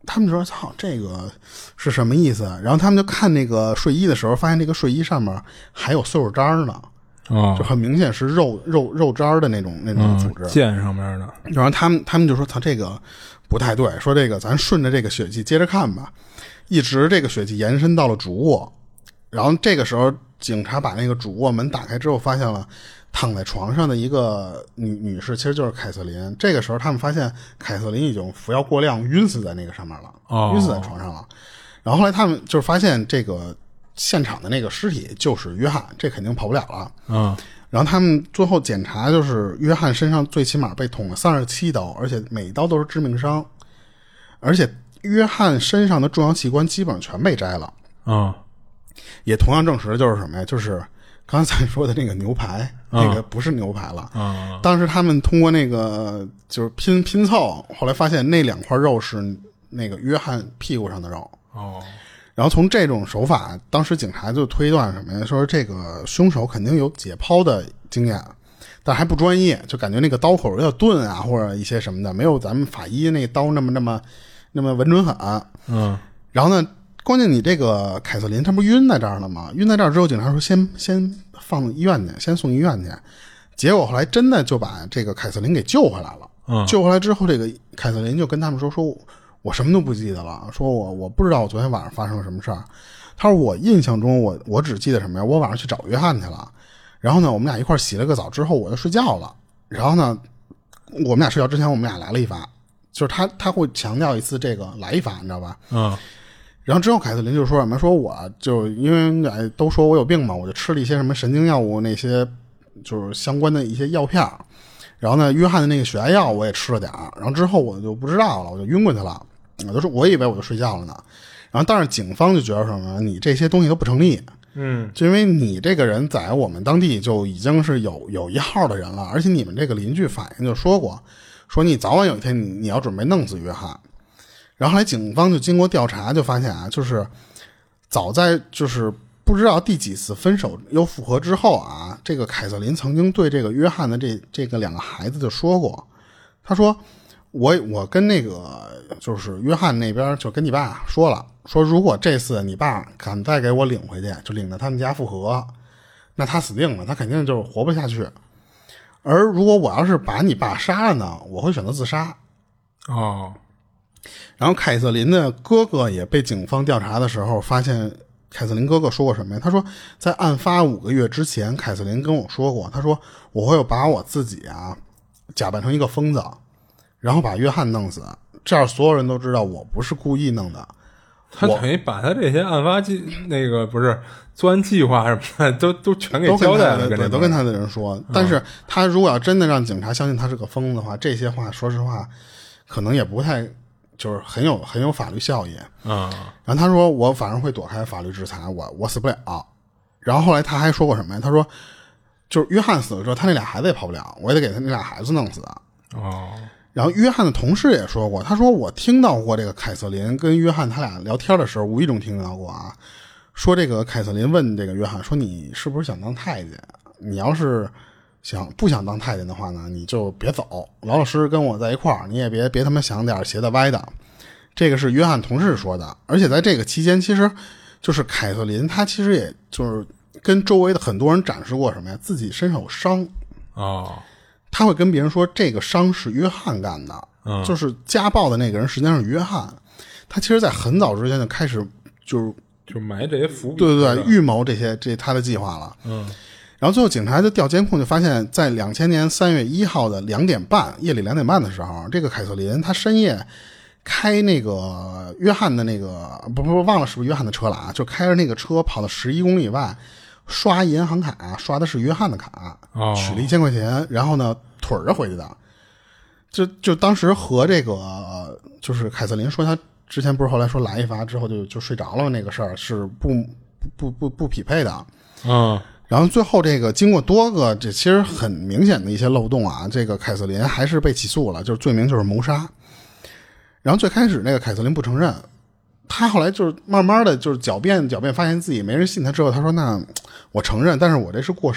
他们说操这个是什么意思？然后他们就看那个睡衣的时候，发现这个睡衣上面还有碎肉渣呢。 哦， 就很明显是肉肉肉渣的那种那种组织， 嗯、腱上面的。 然后他们他们就说：“操，这个不太对，说这个咱顺着这个血迹接着看吧。”一直这个血迹延伸到了主卧，然后这个时候警察把那个主卧门打开之后，发现了躺在床上的一个女女士，其实就是凯瑟琳。这个时候他们发现凯瑟琳已经服药过量，晕死在那个上面了， 哦、 晕死在床上了。然后后来他们就是发现这个。现场的那个尸体就是约翰，这肯定跑不了了。 嗯， 然后他们最后检查，就是约翰身上最起码被捅了三十七刀，而且每一刀都是致命伤，而且约翰身上的重要器官基本上全被摘了。 嗯， 也同样证实的就是什么呀？就是刚才咱说的那个牛排， 嗯、 那个不是牛排了。 嗯， 当时他们通过那个就是拼拼凑，后来发现那两块肉是那个约翰屁股上的肉。 哦。 然后从这种手法，当时警察就推断什么呀？说这个凶手肯定有解剖的经验，但还不专业，就感觉那个刀口有点钝啊，或者一些什么的，没有咱们法医那个刀那么那么那么稳准狠。 嗯。 然后呢，关键你这个凯瑟琳她不是晕在这儿了吗？晕在这儿之后，警察说先先放医院去，先送医院去。结果后来真的就把这个凯瑟琳给救回来了。 嗯。 救回来之后，这个凯瑟琳就跟他们说说。我什么都不记得了，说我我不知道我昨天晚上发生了什么事儿。他说我印象中我我只记得什么呀？我晚上去找约翰去了，然后呢我们俩一块洗了个澡之后我就睡觉了，然后呢我们俩睡觉之前我们俩来了一发，就是他他会强调一次这个来一发，你知道吧？ 嗯。 然后之后凯瑟琳就说什么？说我就因为都说我有病嘛，我就吃了一些什么神经药物那些就是相关的一些药片，然后呢约翰的那个血压药我也吃了点，然后之后我就不知道了，我就晕过去了。我就说我以为我就睡觉了呢，然后但是警方就觉得什么，你这些东西都不成立。 嗯， 就因为你这个人在我们当地就已经是有有一号的人了，而且你们这个邻居反映就说过，说你早晚有一天你你要准备弄死约翰。然后后来警方就经过调查就发现啊，就是早在就是不知道第几次分手又复合之后啊，这个凯瑟琳曾经对这个约翰的这这个两个孩子就说过，他说我我跟那个就是约翰那边就跟你爸说了，说如果这次你爸敢再给我领回去，就领到他们家复合，那他死定了，他肯定就是活不下去。而如果我要是把你爸杀了呢，我会选择自杀。 哦。 然后凯瑟琳的哥哥也被警方调查的时候发现，凯瑟琳哥哥说过什么呀？他说在案发五个月之前，凯瑟琳跟我说过，他说我会把我自己啊假扮成一个疯子，然后把约翰弄死，这样所有人都知道我不是故意弄的。 他等于把他这些案发计那个不是作案计划什么的都都全给交代了， 跟对，都跟他的人说。但是他如果要真的让警察相信他是个疯子的话，这些话说实话可能也不太就是很有很有法律效益。 嗯。 然后他说我反正会躲开法律制裁，我我死不了。然后后来他还说过什么呀？他说就是约翰死了之后，他那俩孩子也跑不了，我也得给他那俩孩子弄死。 哦。 然后约翰的同事也说过，他说我听到过这个凯瑟琳跟约翰他俩聊天的时候，无意中听到过啊，说这个凯瑟琳问这个约翰说你是不是想当太监？你要是想不想当太监的话呢，你就别走，老老实实跟我在一块儿，你也别别他妈想点斜的歪的。这个是约翰同事说的。而且在这个期间，其实就是凯瑟琳她其实也就是跟周围的很多人展示过什么呀，自己身上有伤。 哦。 他会跟别人说这个伤是约翰干的。 嗯。 就是家暴的那个人实际上是约翰。他其实在很早之前就开始就是就埋这些伏笔， 对对对，预谋这些这他的计划了。 嗯。 然后最后警察就调监控，就发现在两千年三月一号的两点半，夜里两点半的时候，这个凯瑟琳她深夜开那个约翰的那个不不忘了是不是约翰的车了啊？就开着那个车跑到十一公里外，刷银行卡，刷的是约翰的卡， 哦、 取了一千块钱，然后呢腿着回去的。就就当时和这个就是凯瑟琳说，他之前不是后来说来一发之后就就睡着了那个事儿是不不不不匹配的。 嗯。 然后最后这个经过多个这其实很明显的一些漏洞啊，这个凯瑟琳还是被起诉了，就是罪名就是谋杀。然后最开始那个凯瑟琳不承认，他后来就是慢慢的就是狡辩狡辩，发现自己没人信他之后，他说那我承认，但是我这是过失，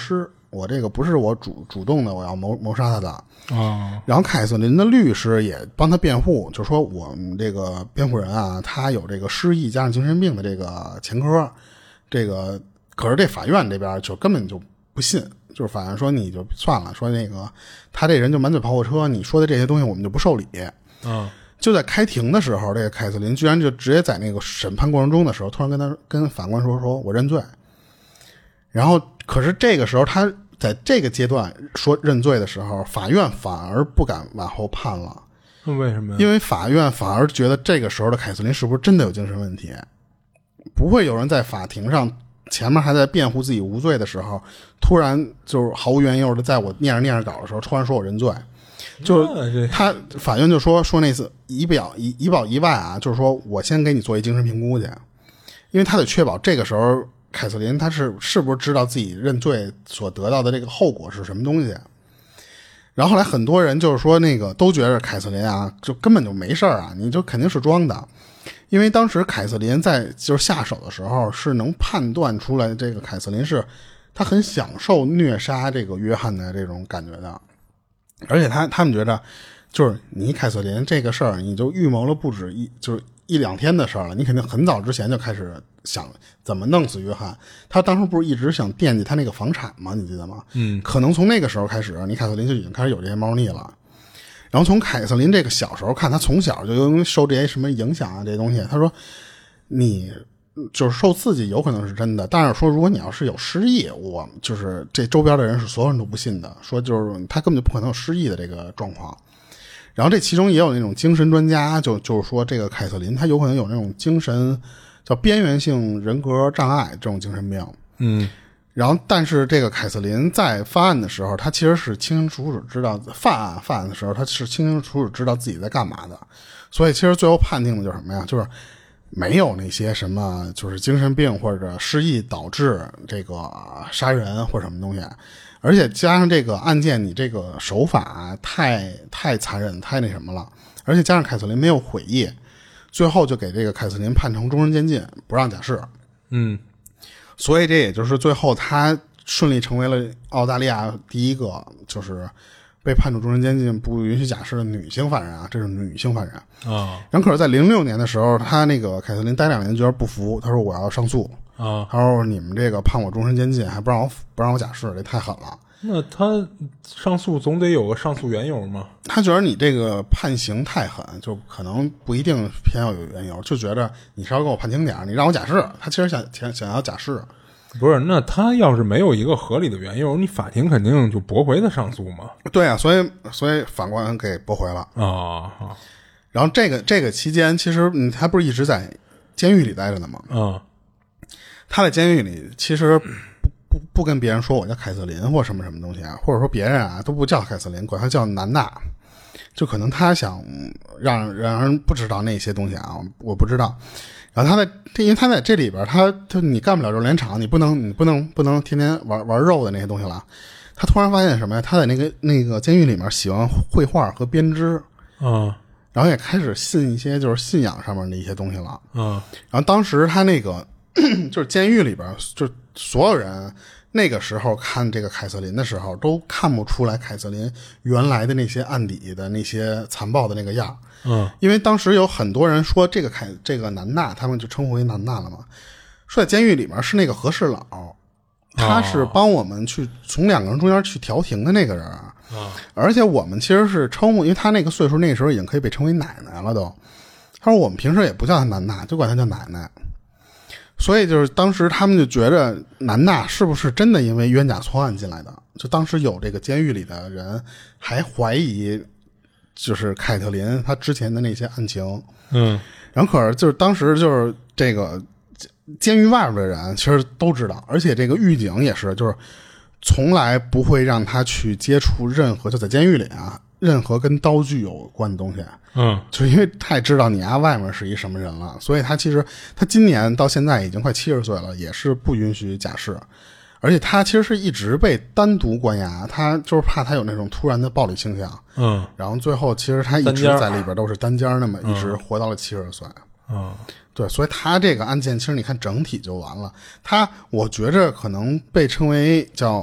我这个不是我主主动的我要谋谋杀他的。 哦， 然后凯瑟琳的律师也帮他辩护，就说我们这个辩护人啊，他有这个失忆加上精神病的这个前科，这个可是这法院这边就根本就不信，就是法院说你就算了，说那个他这人就满嘴跑火车，你说的这些东西我们就不受理。 嗯， 就在开庭的时候，这个凯瑟琳居然就直接在那个审判过程中的时候，突然跟他跟法官说说我认罪。然后可是这个时候他在这个阶段说认罪的时候，法院反而不敢往后判了。 为什么呀？ 因为法院反而觉得这个时候的凯瑟琳是不是真的有精神问题，不会有人在法庭上前面还在辩护自己无罪的时候，突然就是毫无缘由的在我念着念着稿的时候突然说我认罪。就是他法院就说说那次以表以以保以外啊，就是说我先给你做一精神评估去，因为他得确保这个时候凯瑟琳他是是不是知道自己认罪所得到的这个后果是什么东西。然后后来很多人就是说那个都觉得凯瑟琳啊就根本就没事啊，你就肯定是装的。因为当时凯瑟琳在就是下手的时候是能判断出来这个凯瑟琳是他很享受虐杀这个约翰的这种感觉的。而且他他们觉得就是你凯瑟琳这个事儿你就预谋了不止一就是一两天的事儿了，你肯定很早之前就开始想怎么弄死约翰。他当时不是一直想惦记他那个房产吗？你记得吗？ 嗯， 可能从那个时候开始，你凯瑟琳就已经开始有这些猫腻了。然后从凯瑟琳这个小时候看，他从小就因为受这些什么影响啊，这些东西，他说你就是受刺激有可能是真的，但是说如果你要是有失忆，我就是这周边的人是所有人都不信的，说就是他根本就不可能有失忆的这个状况。然后这其中也有那种精神专家就就是说这个凯瑟琳他有可能有那种精神叫边缘性人格障碍这种精神病。 嗯， 然后但是这个凯瑟琳在犯案的时候，他其实是清清楚楚知道犯案犯案的时候他是清清楚楚知道自己在干嘛的。所以其实最后判定的就是什么呀，就是没有那些什么就是精神病或者失忆导致这个杀人或者什么东西。而且加上这个案件你这个手法太太残忍太那什么了，而且加上凯瑟琳没有悔意，最后就给这个凯瑟琳判成终身监禁不让假释。 嗯， 所以这也就是最后他顺利成为了澳大利亚第一个就是被判处终身监禁不允许假释的女性犯人啊，这是女性犯人啊。 然后可是在零六年的时候，他那个凯瑟琳待两年觉得不服，他说我要上诉啊， 他说你们这个判我终身监禁还不让我不让我假释，这太狠了。 那他上诉总得有个上诉缘由吗？ 他觉得你这个判刑太狠，就可能不一定偏要有缘由，就觉得你稍微给我判轻点，你让我假释。他其实想想想要假释。 不是，那他要是没有一个合理的缘由，你法庭肯定就驳回他上诉嘛。 对啊，所以所以法官给驳回了啊。 然后这个这个期间，其实嗯，他不是一直在监狱里待着呢吗？ 嗯， 他在监狱里其实不不不跟别人说我叫凯瑟琳或什么什么东西啊，或者说别人啊都不叫凯瑟琳，管他叫南娜，就可能他想让让人不知道那些东西啊，我不知道。然后他在，因为他在这里边，他他你干不了肉联厂，你不能你不能不能天天玩玩肉的那些东西了。他突然发现什么呀？他在那个那个监狱里面喜欢绘画和编织， 嗯， 然后也开始信一些就是信仰上面的一些东西了， 嗯。 然后当时他那个就是监狱里边，就所有人那个时候看这个凯瑟琳的时候，都看不出来凯瑟琳原来的那些案底的那些残暴的那个样。 嗯， 因为当时有很多人说这个凯这个南娜，他们就称呼为南娜了嘛，说在监狱里面是那个和事佬，他是帮我们去从两个人中间去调停的那个人啊。而且我们其实是称呼，因为他那个岁数那个时候已经可以被称为奶奶了都。他说我们平时也不叫他南娜，就管他叫奶奶。所以就是当时他们就觉得南娜是不是真的因为冤假错案进来的，就当时有这个监狱里的人还怀疑就是凯特琳她之前的那些案情。 嗯， 然后可是就是当时就是这个监狱外边的人其实都知道，而且这个狱警也是就是从来不会让他去接触任何，就在监狱里啊任何跟刀具有关的东西。 嗯， 就因为太知道你家外面是一什么人了，所以他其实他今年到现在已经快七十岁了，也是不允许假释。而且他其实是一直被单独关押，他就是怕他有那种突然的暴力倾向。 嗯， 然后最后其实他一直在里边都是单间，那么一直活到了七十岁。 嗯， 对，所以他这个案件其实你看整体就完了。他我觉着可能被称为叫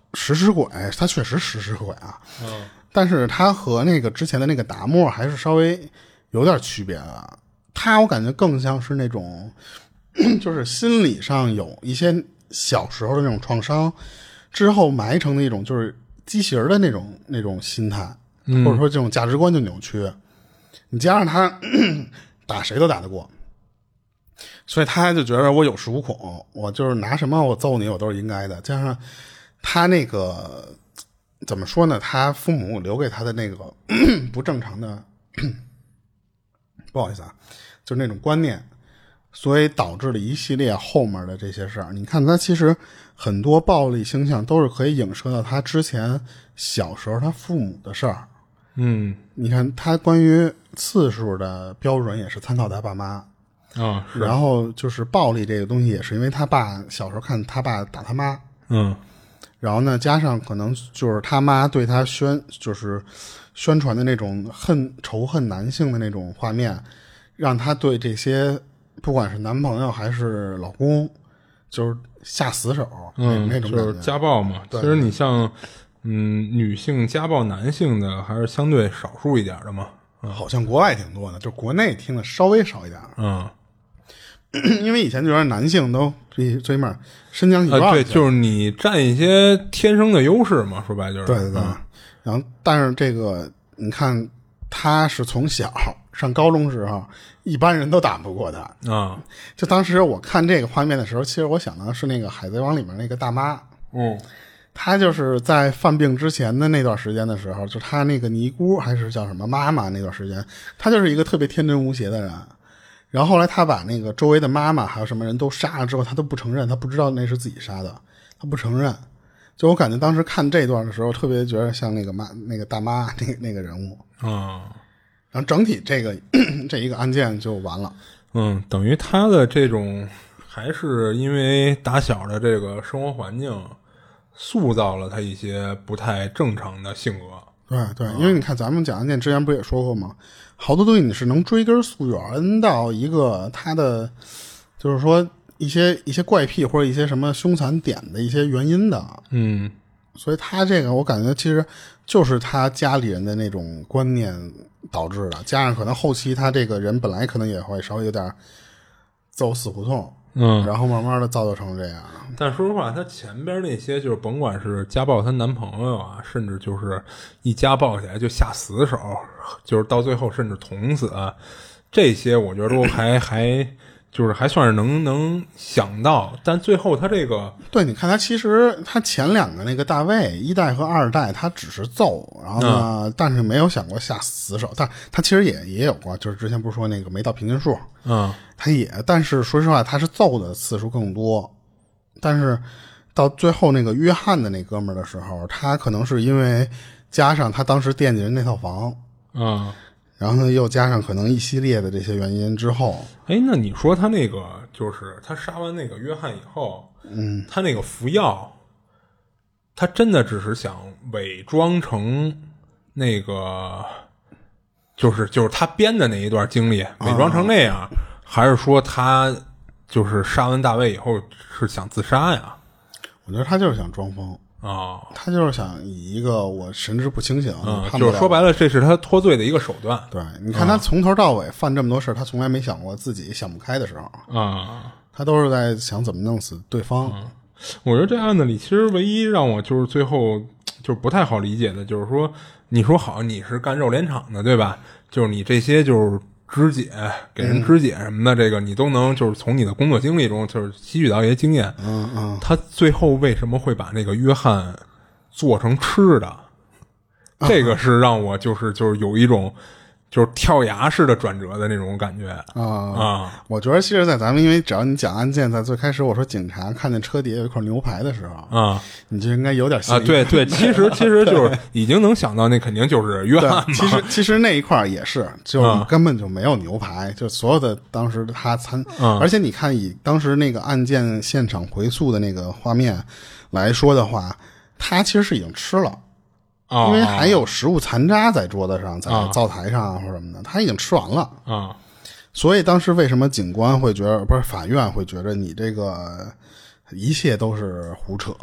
食尸鬼，他确实食尸鬼啊， 嗯， 但是他和那个之前的那个达摩还是稍微有点区别的。他我感觉更像是那种，就是心理上有一些小时候的那种创伤，之后埋成的一种就是畸形的那种那种心态， 嗯、 或者说这种价值观就扭曲。你加上他打谁都打得过。所以他就觉得我有恃无恐，我就是拿什么我揍你我都是应该的。加上他那个怎么说呢，他父母留给他的那个不正常的不好意思啊，就是那种观念，所以导致了一系列后面的这些事儿。你看他其实很多暴力倾向都是可以影射到他之前小时候他父母的事儿。 嗯， 你看他关于次数的标准也是参考他爸妈啊， 然后就是暴力这个东西也是因为他爸小时候看他爸打他妈， 嗯， 然后呢加上可能就是他妈对他宣就是宣传的那种恨仇恨男性的那种画面，让他对这些不管是男朋友还是老公就是下死手， 嗯， 那种就是家暴嘛。其实你像嗯女性家暴男性的还是相对少数一点的嘛。 嗯、好像国外挺多的，就国内听的稍微少一点。 嗯。 因为以前就觉得男性都最最起码身强体壮、 啊，对，就是你占一些天生的优势嘛，说白就是。 对对对。嗯、然后，但是这个你看，他是从小上高中时候，一般人都打不过他啊。 就当时我看这个画面的时候，其实我想的是那个《海贼王》里面那个大妈。 嗯。 他就是在犯病之前的那段时间的时候，就他那个尼姑还是叫什么妈妈那段时间，他就是一个特别天真无邪的人。然后后来他把那个周围的妈妈还有什么人都杀了之后，他都不承认，他不知道那是自己杀的，他不承认。就我感觉当时看这段的时候，特别觉得像那个妈那个大妈那个那个人物。 嗯。 然后整体这个这一个案件就完了。 嗯，等于他的这种还是因为打小的这个生活环境塑造了他一些不太正常的性格。 对对，因为你看咱们讲案件之前不也说过吗？好多东西你是能追根溯源到一个他的，就是说一些一些怪癖或者一些什么凶残点的一些原因的。 嗯， 所以他这个我感觉其实就是他家里人的那种观念导致的，加上可能后期他这个人本来可能也会稍微有点走死胡同。 嗯， 然后慢慢的造就成这样。 但说实话，她前边那些就是甭管是家暴她男朋友啊，甚至就是一家暴起来就下死手，就是到最后甚至捅死，这些我觉得都还还就是还算是能能想到。但最后他这个， 对，你看他其实他前两个那个大卫一代和二代，他只是揍，然后呢，嗯、但是没有想过下死手。但他其实也也有过，就是之前不是说那个没到平均数， 嗯。 他也，但是说实话，他是揍的次数更多。但是到最后那个约翰的那哥们儿的时候，他可能是因为加上他当时惦记人那套房， 嗯， 然后呢又加上可能一系列的这些原因之后， 哎，那你说他那个就是他杀完那个约翰以后， 嗯， 他那个服药，他真的只是想伪装成那个，就是就是他编的那一段经历，伪装成那样。啊，还是说他就是杀完大卫以后是想自杀呀？ 我觉得他就是想装疯啊、哦， 他就是想以一个我神志不清醒， 嗯，就是说白了，这是他脱罪的一个手段。 对，你看他从头到尾犯这么多事，他从来没想过自己想不开的时候啊， 他都是在想怎么弄死对方。 嗯，我觉得这案子里其实唯一让我就是最后就是不太好理解的，就是说你说好你是干肉联厂的对吧？就是你这些就是肢解给人肢解什么的，嗯、这个你都能就是从你的工作经历中就是吸取到一些经验。 嗯嗯。他最后为什么会把那个约翰做成吃的？啊、这个是让我就是就是有一种就是跳崖式的转折的那种感觉啊啊！ 我觉得其实，在咱们因为只要你讲案件，在最开始我说警察看见车底下有一块牛排的时候啊， 你就应该有点啊，对对，其实其实就是已经能想到那肯定就是约翰嘛。 其实其实那一块也是，就根本就没有牛排，啊、就所有的当时他参， 啊、 而且你看以当时那个案件现场回溯的那个画面来说的话，他其实是已经吃了。因为还有食物残渣在桌子上，在灶台上啊或者什么的，他已经吃完了啊。 所以当时为什么警官会觉得，不是法院会觉得你这个一切都是胡扯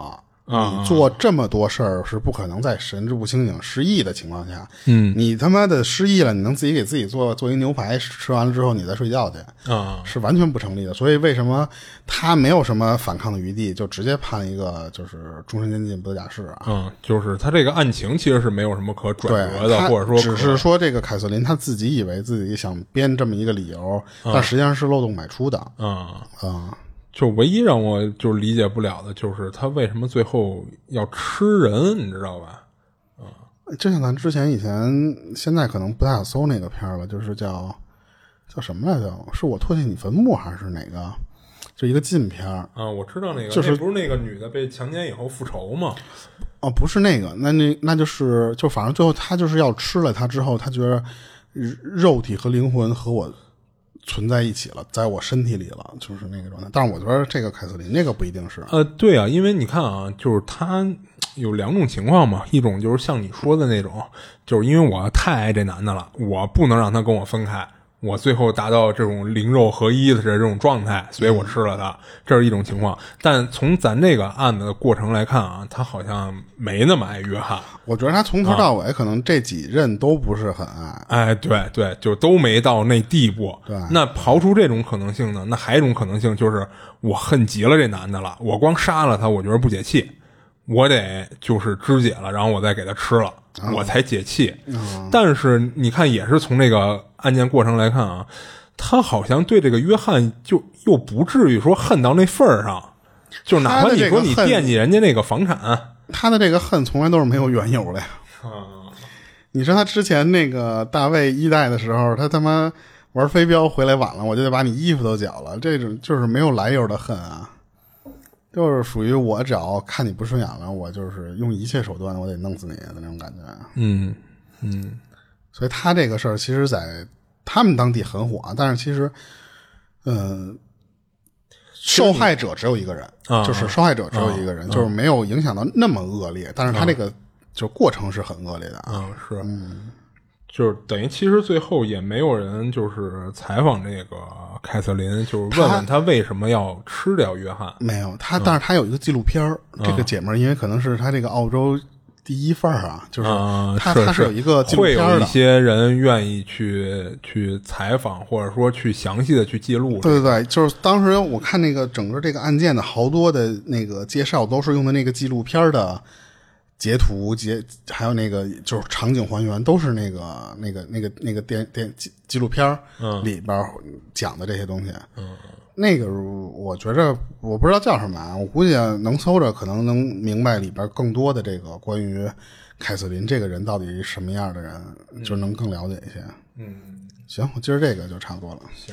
啊你做这么多事儿是不可能在神志不清醒、失忆的情况下， 嗯， 你他妈的失忆了，你能自己给自己做做一牛排，吃完了之后你再睡觉去啊， 是完全不成立的。所以为什么他没有什么反抗的余地，就直接判一个就是终身监禁不得假释啊？ 嗯，就是他这个案情其实是没有什么可转折对， 的，或者说只是说这个凯瑟琳他自己以为自己想编这么一个理由， 嗯、 但实际上是漏洞百出的。 啊啊、嗯。 就唯一让我就理解不了的就是他为什么最后要吃人，你知道吧？啊、 嗯，就像咱之前以前，现在可能不太好搜那个片了，就是叫叫什么来着？是我唾弃你坟墓还是哪个？就一个禁片啊， 我知道那个， 就是那不是那个女的被强奸以后复仇吗？ 哦，不是那个，那那那就是就反正最后他就是要吃了他之后，他觉得肉体和灵魂和我存在一起了，在我身体里了，就是那个状态。但是我觉得这个凯瑟琳那个不一定是。 呃，对啊，因为你看啊，就是他有两种情况嘛，一种就是像你说的那种，就是因为我太爱这男的了，我不能让他跟我分开，我最后达到这种灵肉合一的这种状态，所以我吃了他，嗯、这是一种情况。但从咱这个案子的过程来看啊，他好像没那么爱约翰。 我觉得他从头到尾、啊、可能这几任都不是很爱。 哎，对对，就都没到那地步。 对， 那刨出这种可能性呢，那还有一种可能性就是我恨极了这男的了，我光杀了他，我觉得不解气，我得就是肢解了，然后我再给他吃了。哦、我才解气、哦，但是你看，也是从这个案件过程来看啊，他好像对这个约翰就又不至于说恨到那份儿上，就哪怕你说你惦记人家那个房产， 他的这个恨从来都是没有缘由的呀。 啊、 你说他之前那个大卫一代的时候，他他妈玩飞镖回来晚了，我就得把你衣服都绞了，这种就是没有来由的恨啊。就是属于我只要看你不顺眼了，我就是用一切手段我得弄死你的那种感觉。 嗯嗯， 所以他这个事儿其实在他们当地很火，但是其实嗯、呃，受害者只有一个人， 啊、 就是受害者只有一个人、啊、就是没有影响到那么恶劣，但是他这个就过程是很恶劣的啊。 嗯，是嗯， 就是等于其实最后也没有人就是采访这个凯瑟琳，就是问问他为什么要吃掉约翰。 没有他、嗯、但是他有一个纪录片、嗯、这个姐妹因为可能是他这个澳洲第一份啊，就是他、 嗯、 他是有一个纪录片的， 会有一些人愿意去去采访或者说去详细的去记录。 对对对，就是当时我看那个整个这个案件的好多的那个介绍都是用的那个纪录片的截图截，还有那个就是场景还原，都是那个那个那个那个电电纪录片里边讲的这些东西。 嗯， 那个我觉着我不知道叫什么啊，我估计能搜着可能能明白里边更多的这个关于凯瑟琳这个人到底什么样的人，嗯、就能更了解一些。 嗯， 行，我今儿这个就差不多了。 行，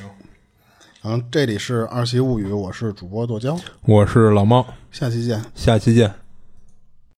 然后这里是二期物语，我是主播剁椒， 我是老猫， 下期见， 下期见。